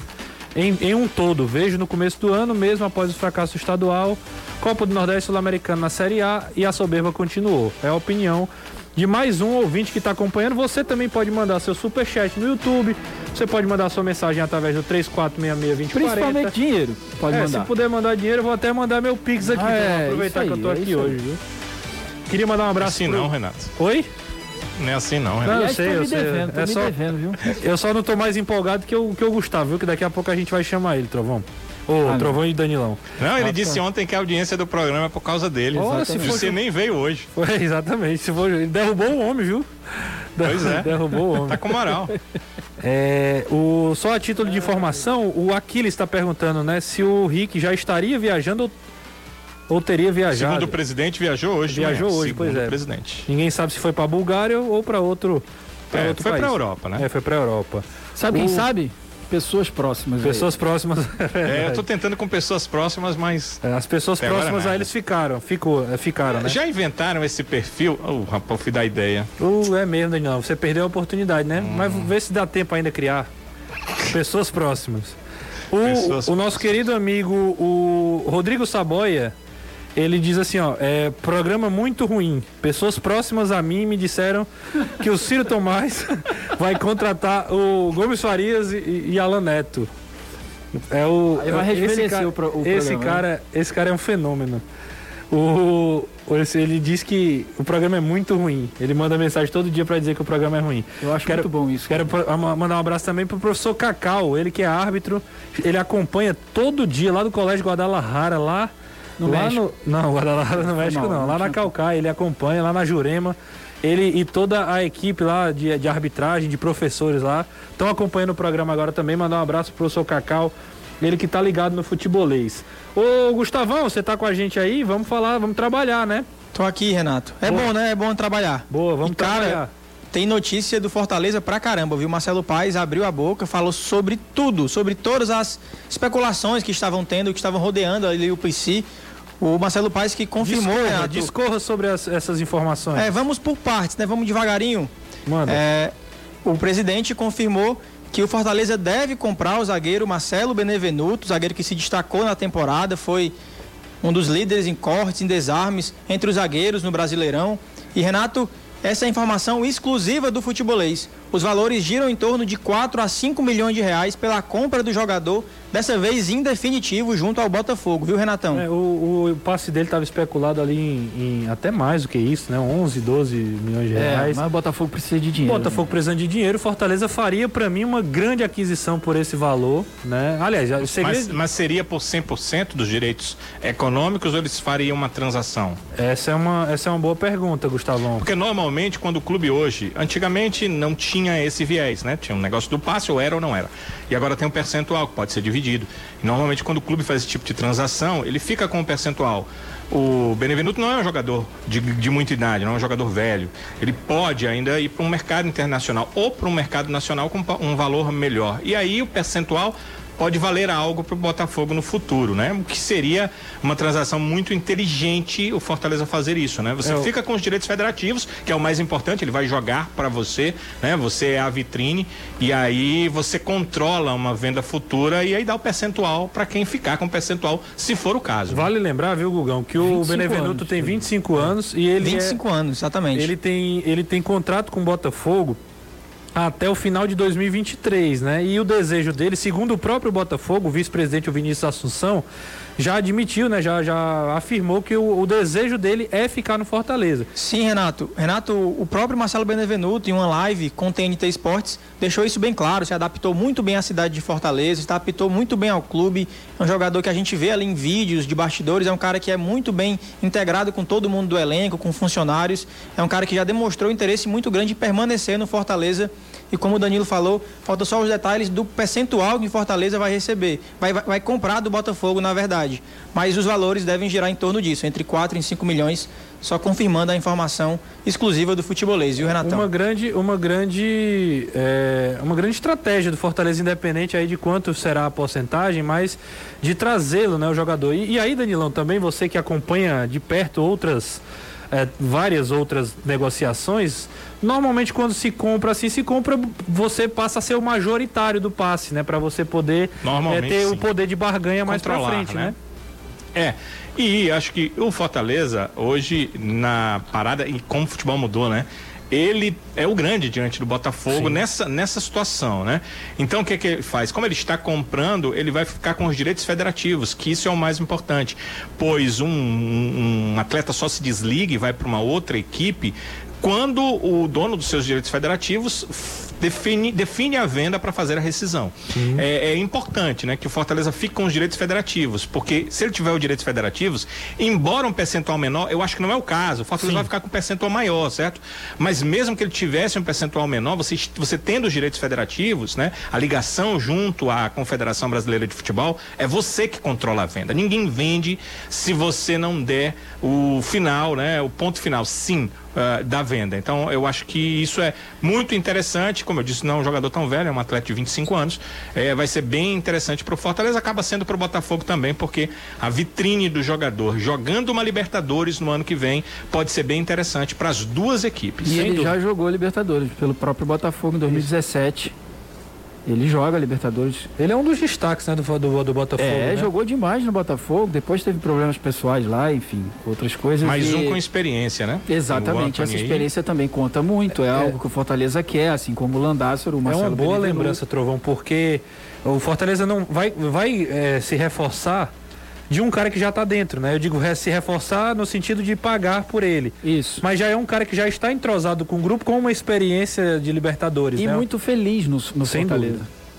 em um todo. Vejo no começo do ano, mesmo após o fracasso estadual, Copa do Nordeste Sul-Americano na Série A, e a soberba continuou. É a opinião de mais um ouvinte que está acompanhando. Você também pode mandar seu superchat no YouTube. Você pode mandar sua mensagem através do 3466-2040. Principalmente dinheiro. Pode mandar. Se puder mandar dinheiro, eu vou até mandar meu Pix aqui. Vou aproveitar que eu tô aqui hoje, viu? Queria mandar um abraço. Assim não, Renato. Oi? Não é assim não, Renato. Não, eu sei. Devendo, viu? Eu só não tô mais empolgado que o Gustavo, viu? Que daqui a pouco a gente vai chamar ele, Trovão. Trovão e Danilão. Não, ele disse ontem que a audiência do programa é por causa dele. Você nem veio hoje. Exatamente. Ele derrubou o homem, viu? Pois é. Derrubou o homem. Tá com moral. Só a título de informação, o Aquiles está perguntando, né, se o Rick já estaria viajando ou teria viajado. Segundo o presidente, viajou hoje. Viajou hoje, pois é. O presidente. Ninguém sabe se foi para Bulgária ou para outro foi país. Para Europa, né? Foi para Europa. Sabe quem sabe? Pessoas próximas. Pessoas próximas. Eu tô tentando com pessoas próximas, mas as pessoas próximas a eles ficaram, né? Já inventaram esse perfil? Rapaz, fui dar ideia. É mesmo, Daniel. Você perdeu a oportunidade, né? Mas vê se dá tempo ainda criar. Pessoas próximas. O nosso querido amigo, o Rodrigo Saboia, ele diz assim, programa muito ruim. Pessoas próximas a mim me disseram que o Ciro Tomás vai contratar o Gomes Farias e Alan Neto. Esse cara é um fenômeno. Ele diz que o programa é muito ruim. Ele manda mensagem todo dia para dizer que o programa é ruim. Eu acho muito bom isso. Quero mandar um abraço também pro professor Cacau, ele que é árbitro. Ele acompanha todo dia lá do Colégio Guadalajara, lá no México. Não, Guadalajara no México não. Lá na Calcaia, ele acompanha, lá na Jurema. Ele e toda a equipe lá de arbitragem, de professores lá, estão acompanhando o programa agora também. Mandar um abraço pro professor Cacau, ele que tá ligado no futebolês. Ô Gustavão, você tá com a gente aí? Vamos falar, vamos trabalhar, né? Tô aqui, Renato. É bom, né? É bom trabalhar. Boa, vamos trabalhar. Tem notícia do Fortaleza pra caramba, viu? Marcelo Paes abriu a boca, falou sobre tudo, sobre todas as especulações que estavam tendo, que estavam rodeando ali o PC. O Marcelo Paes que confirmou, Discorra sobre essas informações. Vamos por partes, né? Vamos devagarinho. Manda. O presidente confirmou que o Fortaleza deve comprar o zagueiro Marcelo Benevenuto, zagueiro que se destacou na temporada, foi um dos líderes em cortes, em desarmes entre os zagueiros no Brasileirão. E Renato, essa é a informação exclusiva do Futebolês. Os valores giram em torno de 4 a 5 milhões de reais pela compra do jogador, dessa vez em definitivo junto ao Botafogo, viu, Renatão? O passe dele estava especulado ali em até mais do que isso, né? 11, 12 milhões de reais. Mas o Botafogo precisa de dinheiro. Botafogo precisando de dinheiro, o Fortaleza faria para mim uma grande aquisição por esse valor, né? Aliás, mas seria por 100% dos direitos econômicos ou eles fariam uma transação? Essa é uma boa pergunta, Gustavão. Porque normalmente quando o clube hoje, antigamente não tinha esse viés, né? Tinha um negócio do passe, ou era ou não era. E agora tem um percentual que pode ser dividido. E normalmente quando o clube faz esse tipo de transação, ele fica com um percentual. O Benevenuto não é um jogador de muita idade, não é um jogador velho. Ele pode ainda ir para um mercado internacional ou para um mercado nacional com um valor melhor. E aí o percentual pode valer algo para o Botafogo no futuro, né? O que seria uma transação muito inteligente o Fortaleza fazer isso, né? Você fica com os direitos federativos, que é o mais importante, ele vai jogar para você, né? Você é a vitrine e aí você controla uma venda futura e aí dá o percentual para quem ficar com o percentual, se for o caso. Vale lembrar, viu, Gugão, que o Benevenuto tem 25 anos e ele 25 anos, exatamente. Ele tem contrato com o Botafogo até o final de 2023, né? E o desejo dele, segundo o próprio Botafogo, o vice-presidente, o Vinícius Assunção, já admitiu, né? Já afirmou que o desejo dele é ficar no Fortaleza. Sim, Renato. Renato, o próprio Marcelo Benevenuto, em uma live com o TNT Esportes, deixou isso bem claro, se adaptou muito bem à cidade de Fortaleza, se adaptou muito bem ao clube, é um jogador que a gente vê ali em vídeos de bastidores, é um cara que é muito bem integrado com todo mundo do elenco, com funcionários, é um cara que já demonstrou interesse muito grande em permanecer no Fortaleza. E como o Danilo falou, falta só os detalhes do percentual que Fortaleza vai receber. Vai comprar do Botafogo, na verdade. Mas os valores devem girar em torno disso, entre 4 e 5 milhões, só confirmando a informação exclusiva do Futebolês, viu, Renatão? Uma grande estratégia do Fortaleza Independente aí de quanto será a porcentagem, mas de trazê-lo, né, o jogador. E aí, Danilão, também você que acompanha de perto várias outras negociações, normalmente quando se compra, você passa a ser o majoritário do passe, né? Para você poder ter o poder de barganha mais pra frente, né? E acho que o Fortaleza hoje na parada, e como o futebol mudou, né? Ele é o grande diante do Botafogo nessa situação, né? Então o que ele faz? Como ele está comprando, ele vai ficar com os direitos federativos, que isso é o mais importante, pois um atleta só se desliga e vai para uma outra equipe quando o dono dos seus direitos federativos define a venda para fazer a rescisão. É importante, né, que o Fortaleza fique com os direitos federativos, porque se ele tiver os direitos federativos, embora um percentual menor, eu acho que não é o caso, o Fortaleza vai ficar com um percentual maior, certo? Mas mesmo que ele tivesse um percentual menor, você tendo os direitos federativos, né, a ligação junto à Confederação Brasileira de Futebol, é você que controla a venda. Ninguém vende se você não der o final, né, o ponto final, da venda. Então eu acho que isso é muito interessante, como eu disse, não é um jogador tão velho, é um atleta de 25 anos, vai ser bem interessante para o Fortaleza, acaba sendo para o Botafogo também, porque a vitrine do jogador jogando uma Libertadores no ano que vem pode ser bem interessante para as duas equipes. E ele já jogou Libertadores pelo próprio Botafogo em 2017. Ele joga Libertadores. Ele é um dos destaques, né, do Botafogo. Né? Jogou demais no Botafogo, depois teve problemas pessoais lá, enfim, outras coisas. Mais um com experiência, né? Exatamente, essa experiência também conta muito, é algo que o Fortaleza quer, assim como o Landássaro, o Marcelo É uma boa lembrança, Trovão, porque o Fortaleza não vai se reforçar de um cara que já está dentro, né? Eu digo se reforçar no sentido de pagar por ele. Isso. Mas já é um cara que já está entrosado com o grupo, com uma experiência de Libertadores, e né? muito feliz no Fortaleza. Dúvida.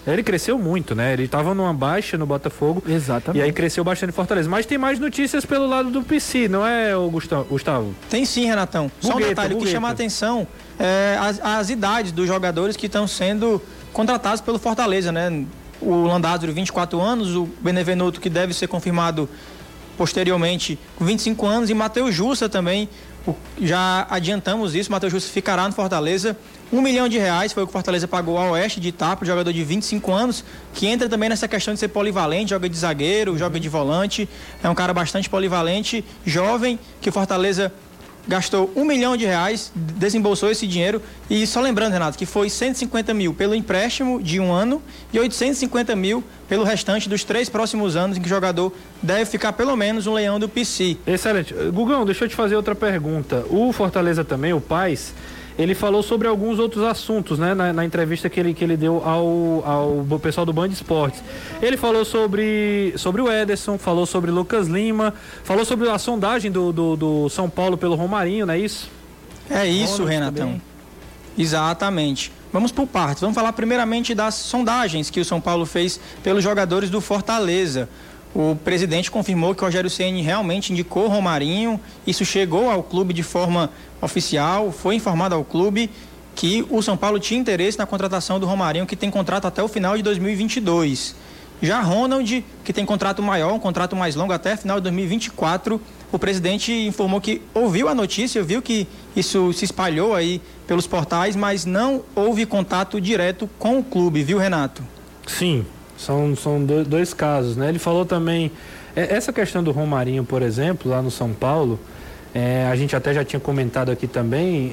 Ele cresceu muito, né? Ele tava numa baixa no Botafogo. Exatamente. E aí cresceu bastante em Fortaleza. Mas tem mais notícias pelo lado do PC, não é, Gustavo? Tem sim, Renatão. Só um detalhe, o que chama a atenção é as idades dos jogadores que estão sendo contratados pelo Fortaleza, né? O Landázuri, 24 anos, o Benevenuto, que deve ser confirmado posteriormente, com 25 anos, e Matheus Jussa também, já adiantamos isso, Matheus Jussa ficará no Fortaleza. R$1 milhão foi o que o Fortaleza pagou ao Oeste de Itapa, jogador de 25 anos, que entra também nessa questão de ser polivalente, joga de zagueiro, joga de volante, é um cara bastante polivalente, jovem, que o Fortaleza gastou R$1 milhão, desembolsou esse dinheiro, e só lembrando, Renato, que foi 150 mil pelo empréstimo de um ano e 850 mil pelo restante dos 3 próximos anos, em que o jogador deve ficar pelo menos um leão do PC. Excelente. Gugão, deixa eu te fazer outra pergunta. O Fortaleza também, o Paes, ele falou sobre alguns outros assuntos, né, na entrevista que ele deu ao pessoal do Band Esportes. Ele falou sobre o Ederson, falou sobre Lucas Lima, falou sobre a sondagem do São Paulo pelo Romarinho, não é isso? É isso, Renatão. Também. Exatamente. Vamos por partes. Vamos falar primeiramente das sondagens que o São Paulo fez pelos jogadores do Fortaleza. O presidente confirmou que o Rogério Ceni realmente indicou o Romarinho. Isso chegou ao clube de forma oficial, foi informado ao clube que o São Paulo tinha interesse na contratação do Romarinho, que tem contrato até o final de 2022. Já Ronald, que tem contrato maior, um contrato mais longo até final de 2024, o presidente informou que ouviu a notícia, viu que isso se espalhou aí pelos portais, mas não houve contato direto com o clube, viu, Renato? Sim, são dois casos, né? Ele falou também, essa questão do Romarinho, por exemplo, lá no São Paulo, a gente até já tinha comentado aqui também,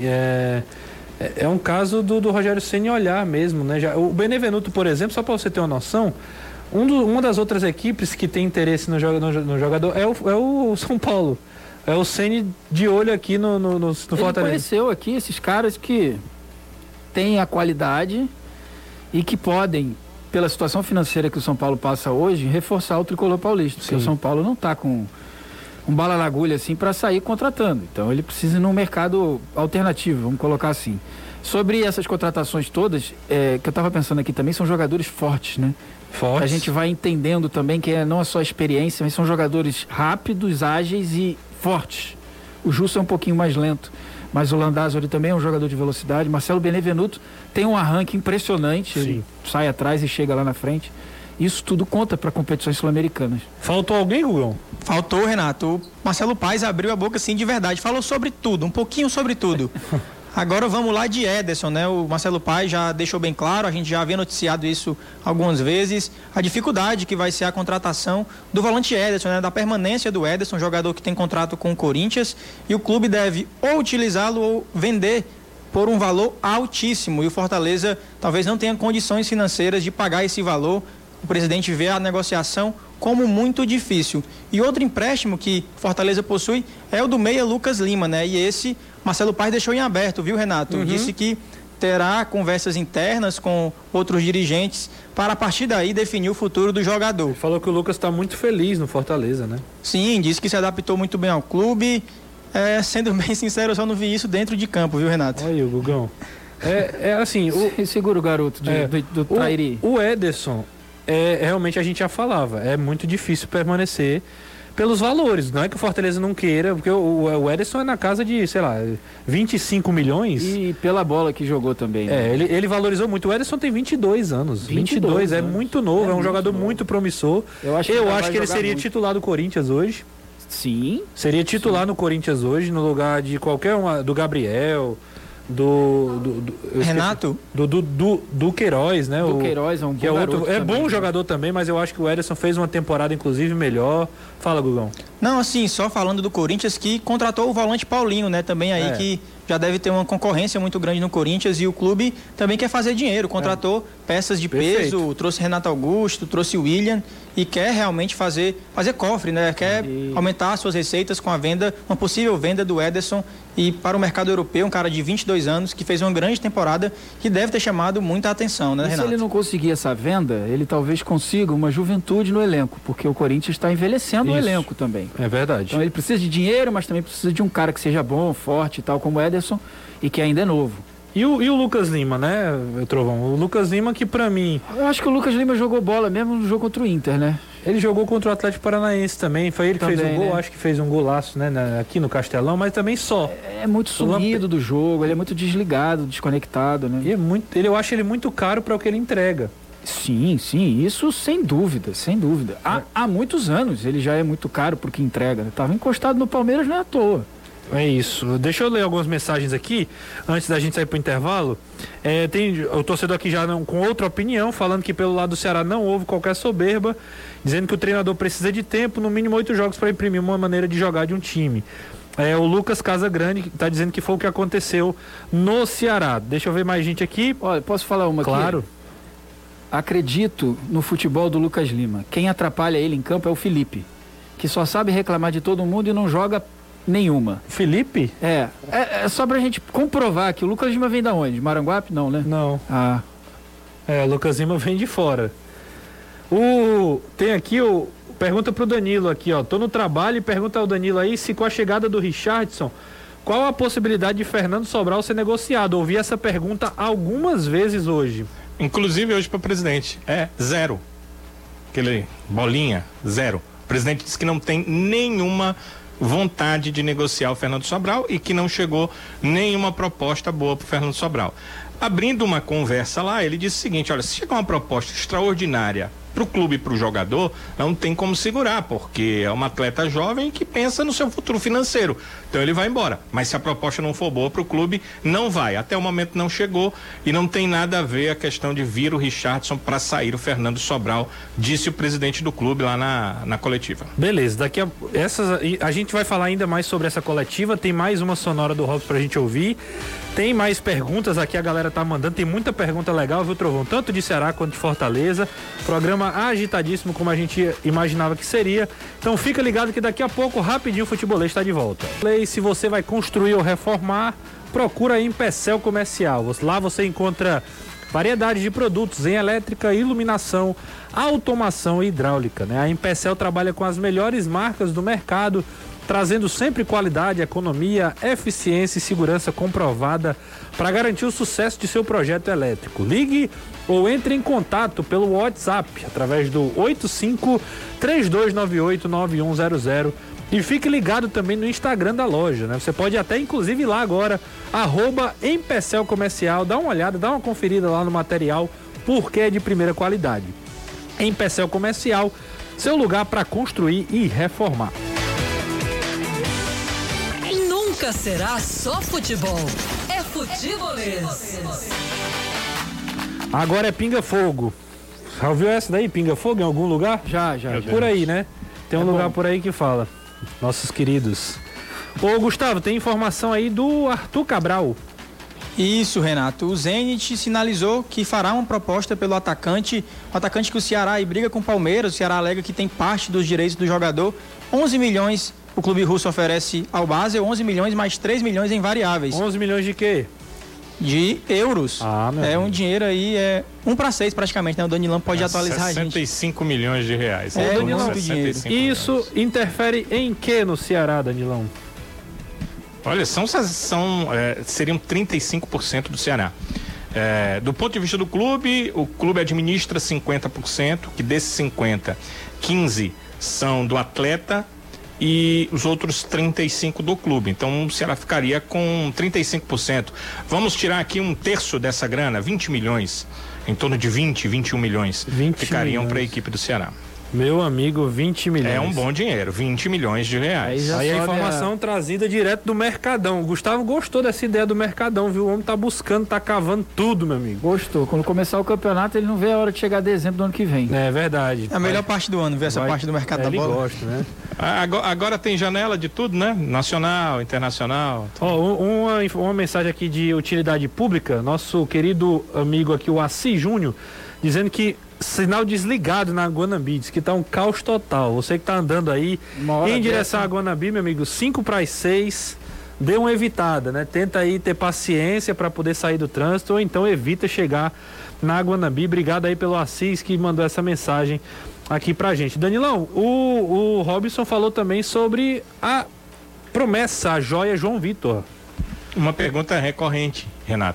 é um caso do Rogério Ceni olhar mesmo, né? O Benevenuto, por exemplo, só para você ter uma noção, uma das outras equipes que tem interesse no jogador é o São Paulo. É o Ceni de olho aqui no Fortaleza. Ele conheceu aqui esses caras que têm a qualidade e que podem, pela situação financeira que o São Paulo passa hoje, reforçar o tricolor paulista. Sim. Porque o São Paulo não está com um bala na agulha assim para sair contratando. Então ele precisa ir num mercado alternativo, vamos colocar assim. Sobre essas contratações todas, que eu estava pensando aqui também, são jogadores fortes, né? Fortes. A gente vai entendendo também que não é só experiência, mas são jogadores rápidos, ágeis e fortes. O Jussa é um pouquinho mais lento, mas o Landázuri também é um jogador de velocidade. Marcelo Benevenuto tem um arranque impressionante, ele sai atrás e chega lá na frente. Isso tudo conta para competições sul-americanas. Faltou alguém, Gugão? Faltou, Renato. O Marcelo Paes abriu a boca assim de verdade, falou sobre tudo, um pouquinho sobre tudo. Agora vamos lá de Ederson, né? O Marcelo Paes já deixou bem claro, a gente já havia noticiado isso algumas vezes, a dificuldade que vai ser a contratação do volante Ederson, né? Da permanência do Ederson, jogador que tem contrato com o Corinthians, e o clube deve ou utilizá-lo ou vender por um valor altíssimo, e o Fortaleza talvez não tenha condições financeiras de pagar esse valor. O presidente vê a negociação como muito difícil. E outro empréstimo que Fortaleza possui é o do meia Lucas Lima, né? E esse Marcelo Paes deixou em aberto, viu, Renato? Disse que terá conversas internas com outros dirigentes para a partir daí definir o futuro do jogador. Ele falou que o Lucas está muito feliz no Fortaleza, né? Sim, disse que se adaptou muito bem ao clube. Sendo bem sincero, eu só não vi isso dentro de campo, viu, Renato? Olha aí, o Gugão. Assim... Segura o garoto do Trairi. O Ederson... realmente a gente já falava, é muito difícil permanecer pelos valores, não é que o Fortaleza não queira, porque o Ederson é na casa de, sei lá, 25 milhões. E pela bola que jogou também, né? Ele valorizou muito. O Ederson tem 22 anos. 22 é muito novo, é um jogador muito promissor. Eu acho que ele seria titular do Corinthians hoje. Sim. Seria titular no Corinthians hoje, no lugar de qualquer um, do Gabriel... Renato? Do Queiroz, né? Do Queiroz é um bom garoto. É bom jogador também, mas eu acho que o Ederson fez uma temporada, inclusive, melhor. Fala, Gugão. Não, assim, só falando do Corinthians, que contratou o volante Paulinho, né? Também aí que já deve ter uma concorrência muito grande no Corinthians, e o clube também quer fazer dinheiro. Contratou peças de peso, trouxe Renato Augusto, trouxe o William, e quer realmente fazer cofre, né? Quer aumentar suas receitas com a venda, uma possível venda do Ederson, e para o mercado europeu, um cara de 22 anos que fez uma grande temporada, que deve ter chamado muita atenção, né, Renato? Se ele não conseguir essa venda, ele talvez consiga uma juventude no elenco, porque o Corinthians está envelhecendo o elenco também. É verdade. Então ele precisa de dinheiro, mas também precisa de um cara que seja bom, forte e tal, como o Ederson, e que ainda é novo. E o Lucas Lima, né, Trovão? O Lucas Lima que pra mim... Eu acho que o Lucas Lima jogou bola mesmo no jogo contra o Inter, né? Ele jogou contra o Atlético Paranaense também. Foi ele que também, fez um gol, né? Acho que fez um golaço, né, aqui no Castelão, mas também só. É muito sumido do jogo, ele é muito desligado, desconectado, né? E eu acho ele muito caro para o que ele entrega. Sim, isso sem dúvida, sem dúvida. Há muitos anos ele já é muito caro pro que entrega, né? Tava encostado no Palmeiras, não é à toa. É isso. Deixa eu ler algumas mensagens aqui, antes da gente sair pro intervalo. Tem o torcedor aqui já com outra opinião, falando que pelo lado do Ceará não houve qualquer soberba, dizendo que o treinador precisa de tempo, no mínimo 8 jogos para imprimir uma maneira de jogar de um time. O Lucas Casagrande está dizendo que foi o que aconteceu no Ceará. Deixa eu ver mais gente aqui. Olha, posso falar uma aqui? Claro. Acredito no futebol do Lucas Lima. Quem atrapalha ele em campo é o Felipe, que só sabe reclamar de todo mundo e não joga nenhuma. Felipe? É só pra gente comprovar que o Lucas Lima vem da onde? Maranguape? Não, né? Não. O Lucas Lima vem de fora. Tem aqui pergunta pro Danilo aqui, ó. Tô no trabalho e pergunta ao Danilo aí se com a chegada do Richardson, qual a possibilidade de Fernando Sobral ser negociado? Ouvi essa pergunta algumas vezes hoje. Inclusive hoje para o presidente. 0. Aquele bolinha, 0. O presidente disse que não tem nenhuma vontade de negociar o Fernando Sobral e que não chegou nenhuma proposta boa para o Fernando Sobral. Abrindo uma conversa lá, ele disse o seguinte: olha, se chegar uma proposta extraordinária para o clube e para o jogador, não tem como segurar, porque é um atleta jovem que pensa no seu futuro financeiro. Então ele vai embora. Mas se a proposta não for boa para o clube, não vai. Até o momento não chegou e não tem nada a ver a questão de vir o Richardson para sair o Fernando Sobral, disse o presidente do clube lá na coletiva. Beleza, a gente vai falar ainda mais sobre essa coletiva. Tem mais uma sonora do Robson pra gente ouvir. Tem mais perguntas aqui, a galera tá mandando, tem muita pergunta legal, viu, Trovão? Tanto de Ceará quanto de Fortaleza. Programa agitadíssimo, como a gente imaginava que seria. Então fica ligado que daqui a pouco, rapidinho, o Futebolês está de volta. Se você vai construir ou reformar, procura aí em Empecel Comercial. Lá você encontra variedade de produtos em elétrica, iluminação, automação e hidráulica, né? A Empecel trabalha com as melhores marcas do mercado, trazendo sempre qualidade, economia, eficiência e segurança comprovada para garantir o sucesso de seu projeto elétrico. Ligue ou entre em contato pelo WhatsApp através do 85-3298-9100 e fique ligado também no Instagram da loja, né? Você pode até inclusive ir lá agora, @Empecel Comercial, dá uma olhada, dá uma conferida lá no material, porque é de primeira qualidade. Empecel Comercial, seu lugar para construir e reformar. Nunca será só futebol. É Futebolês. Agora é Pinga Fogo. Já ouviu essa daí, Pinga Fogo, em algum lugar? Já. Por aí, né? Tem um lugar por aí que fala. Nossos queridos. Ô, Gustavo, tem informação aí do Arthur Cabral. Isso, Renato. O Zenit sinalizou que fará uma proposta pelo atacante. O atacante que o Ceará aí briga com o Palmeiras. O Ceará alega que tem parte dos direitos do jogador. 11 milhões o clube russo oferece ao Basel, 11 milhões mais 3 milhões em variáveis. 11 milhões de quê? De euros. Um dinheiro aí, 1-6 praticamente, né? O Danilão pode atualizar a gente. 65 milhões de reais. Danilão, dinheiro. Isso interfere em que no Ceará, Danilão? Olha, seriam 35% do Ceará. Do ponto de vista do clube, o clube administra 50%, que desses 50, 15 são do atleta e os outros 35% do clube. Então o Ceará ficaria com 35%. Vamos tirar aqui 1/3 dessa grana, 20 milhões, em torno de 21 milhões ficariam para a equipe do Ceará. Meu amigo, 20 milhões. É um bom dinheiro, 20 milhões de reais. Aí a informação trazida direto do Mercadão. O Gustavo gostou dessa ideia do Mercadão, viu? O homem tá buscando, tá cavando tudo, meu amigo. Gostou. Quando começar o campeonato, ele não vê a hora de chegar a dezembro do ano que vem. É verdade. É a melhor parte do ano, ver essa parte do mercado da bola. Ele gosta, né? Agora tem janela de tudo, né? Nacional, internacional. Uma mensagem aqui de utilidade pública. Nosso querido amigo aqui, o Assis Júnior, dizendo que sinal desligado na Guanambi, diz que tá um caos total. Você que tá andando aí em direção à Guanambi, meu amigo, 5:06, dê uma evitada, né? Tenta aí ter paciência para poder sair do trânsito, ou então evita chegar na Guanambi. Obrigado aí pelo Assis que mandou essa mensagem aqui pra gente. Danilão, o Robson falou também sobre a promessa, a joia João Vitor. Uma pergunta recorrente, Renato.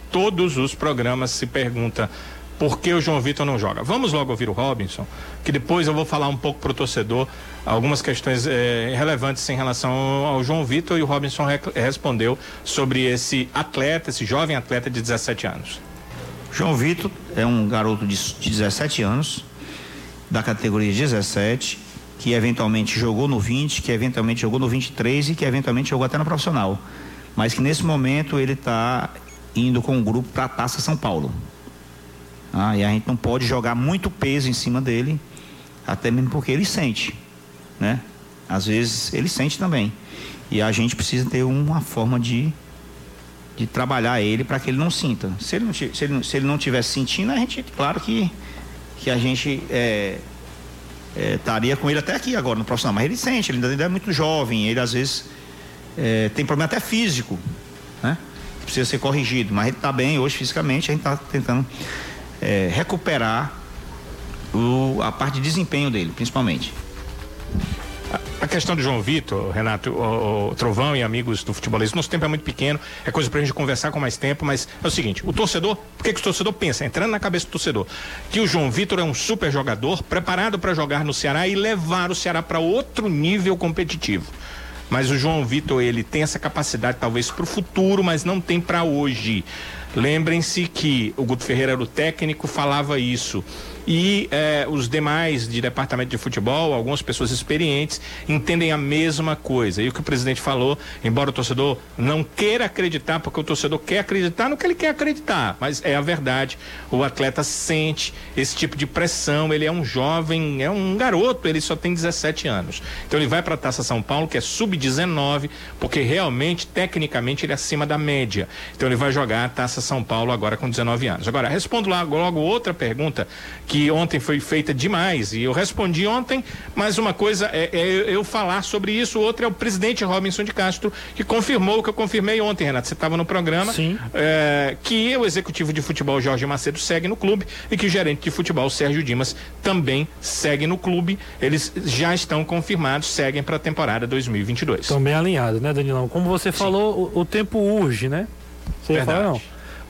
todos os programas se pergunta por que o João Vitor não joga. Vamos logo ouvir o Robinson, que depois eu vou falar um pouco pro torcedor algumas questões relevantes em relação ao João Vitor, e o Robinson respondeu sobre esse atleta, esse jovem atleta de 17 anos. João Vitor é um garoto de 17 anos, da categoria 17, que eventualmente jogou no 20, que eventualmente jogou no 23 e que eventualmente jogou até no profissional. Mas que nesse momento ele está indo com o grupo para a Taça São Paulo. E a gente não pode jogar muito peso em cima dele, até mesmo porque ele sente, né? Às vezes ele sente também. E a gente precisa ter uma forma de trabalhar ele para que ele não sinta. Se ele não tivesse sentindo, a gente, claro que a gente estaria com ele até aqui agora no profissional, mas ele sente, ele ainda é muito jovem, ele às vezes tem problema até físico, né? Precisa ser corrigido, mas ele está bem hoje fisicamente, a gente está tentando recuperar a parte de desempenho dele, principalmente. A questão do João Vitor, Renato, o Trovão e amigos do futebolista, nosso tempo é muito pequeno, é coisa pra gente conversar com mais tempo, mas é o seguinte, o torcedor, por que o torcedor pensa, entrando na cabeça do torcedor, que o João Vitor é um super jogador, preparado para jogar no Ceará e levar o Ceará para outro nível competitivo. Mas o João Vitor, ele tem essa capacidade talvez para o futuro, mas não tem para hoje. Lembrem-se que o Guto Ferreira era o técnico, falava isso. E os demais de departamento de futebol, algumas pessoas experientes, entendem a mesma coisa. E o que o presidente falou, embora o torcedor não queira acreditar, porque o torcedor quer acreditar no que ele quer acreditar, mas é a verdade, o atleta sente esse tipo de pressão, ele é um jovem, é um garoto, ele só tem 17 anos. Então ele vai para a Taça São Paulo, que é sub-19, porque realmente, tecnicamente, ele é acima da média. Então ele vai jogar a Taça São Paulo agora com 19 anos. Agora, respondo logo outra pergunta que ontem foi feita demais, e eu respondi ontem, mas uma coisa é eu falar sobre isso, outra é o presidente Robinson de Castro, que confirmou o que eu confirmei ontem, Renato, você estava no programa. Sim. Que o executivo de futebol Jorge Macedo segue no clube e que o gerente de futebol Sérgio Dimas também segue no clube. Eles já estão confirmados, seguem para a temporada 2022. Estão bem alinhados, né, Danilão? Como você falou, o tempo urge, né? Você Verdade. fala, não.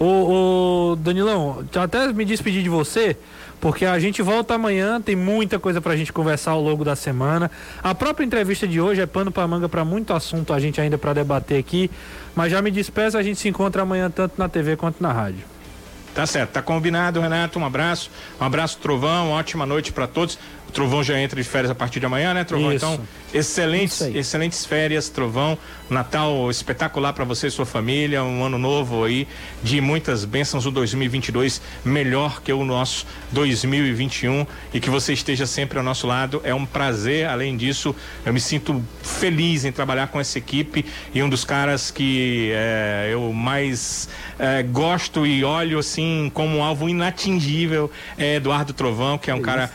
Ô, Danilão, até me despedir de você, porque a gente volta amanhã, tem muita coisa pra gente conversar ao longo da semana. A própria entrevista de hoje é pano pra manga pra muito assunto a gente ainda pra debater aqui, mas já me despeço, a gente se encontra amanhã tanto na TV quanto na rádio. Tá certo, tá combinado, Renato, um abraço, Trovão, ótima noite pra todos. O Trovão já entra de férias a partir de amanhã, né, Trovão? Isso. Então, excelentes férias, Trovão. Natal espetacular para você e sua família, um ano novo aí de muitas bênçãos, o 2022 melhor que o nosso 2021, e que você esteja sempre ao nosso lado. É um prazer, além disso, eu me sinto feliz em trabalhar com essa equipe, e um dos caras que eu mais gosto e olho assim como um alvo inatingível é Eduardo Trovão, que é um cara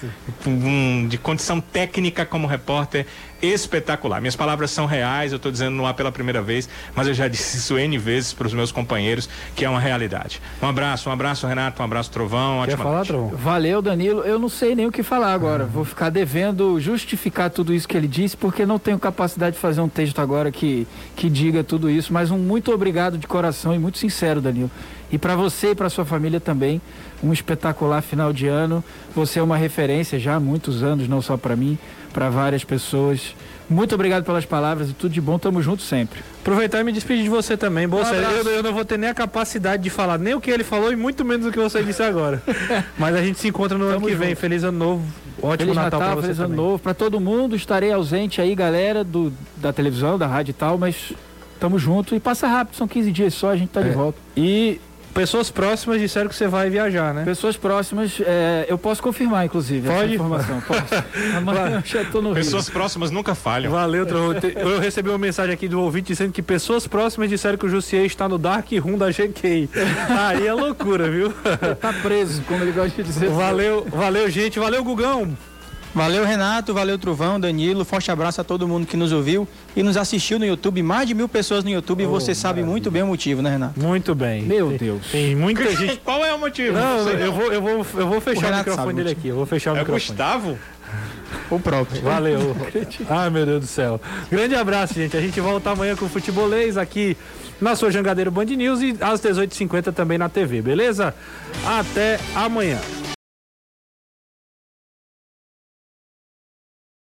de condição técnica como repórter espetacular. Minhas palavras são reais, eu estou dizendo no ar pela primeira vez, mas eu já disse isso N vezes para os meus companheiros, que é uma realidade. Um abraço, Renato, um abraço, Trovão. Quer falar, Trovão? Valeu, Danilo. Eu não sei nem o que falar agora. Vou ficar devendo justificar tudo isso que ele disse, porque não tenho capacidade de fazer um texto agora que diga tudo isso, mas um muito obrigado de coração e muito sincero, Danilo. E para você e para sua família também, um espetacular final de ano. Você é uma referência já há muitos anos, não só para mim, para várias pessoas. Muito obrigado pelas palavras e tudo de bom, tamo junto sempre. Aproveitar e me despedir de você também. Bolsa, eu não vou ter nem a capacidade de falar nem o que ele falou e muito menos o que você disse agora. Mas a gente se encontra no ano que vem. Feliz ano novo. Ótimo Natal pra você feliz também. Ano novo pra todo mundo. Estarei ausente aí, galera da televisão, da rádio e tal, mas tamo junto e passa rápido, são 15 dias só, a gente tá de volta. E pessoas próximas disseram que você vai viajar, né? Pessoas próximas, eu posso confirmar, inclusive, Pode? essa informação. Posso. Amanhã eu já tô no Rio. Pessoas próximas nunca falham. Valeu, Trovão. Eu recebi uma mensagem aqui do ouvinte dizendo que pessoas próximas disseram que o Jussier está no Dark Room da GK. Aí é loucura, viu? Tá preso, como ele gosta de dizer. Valeu, gente. Valeu, Gugão. Valeu, Renato, valeu, Trovão, Danilo, forte abraço a todo mundo que nos ouviu e nos assistiu no YouTube, mais de 1000 pessoas no YouTube, e você sabe muito bem o motivo, né, Renato? Muito bem. Meu Deus. Tem muita gente. Qual é o motivo? Não, eu vou fechar o microfone dele aqui. Eu vou fechar o microfone. Gustavo? O próprio. Valeu. Ai, meu Deus do céu. Grande abraço, gente. A gente volta amanhã com o Futebolês aqui na sua Jangadeiro Band News e às 18h50 também na TV, beleza? Até amanhã.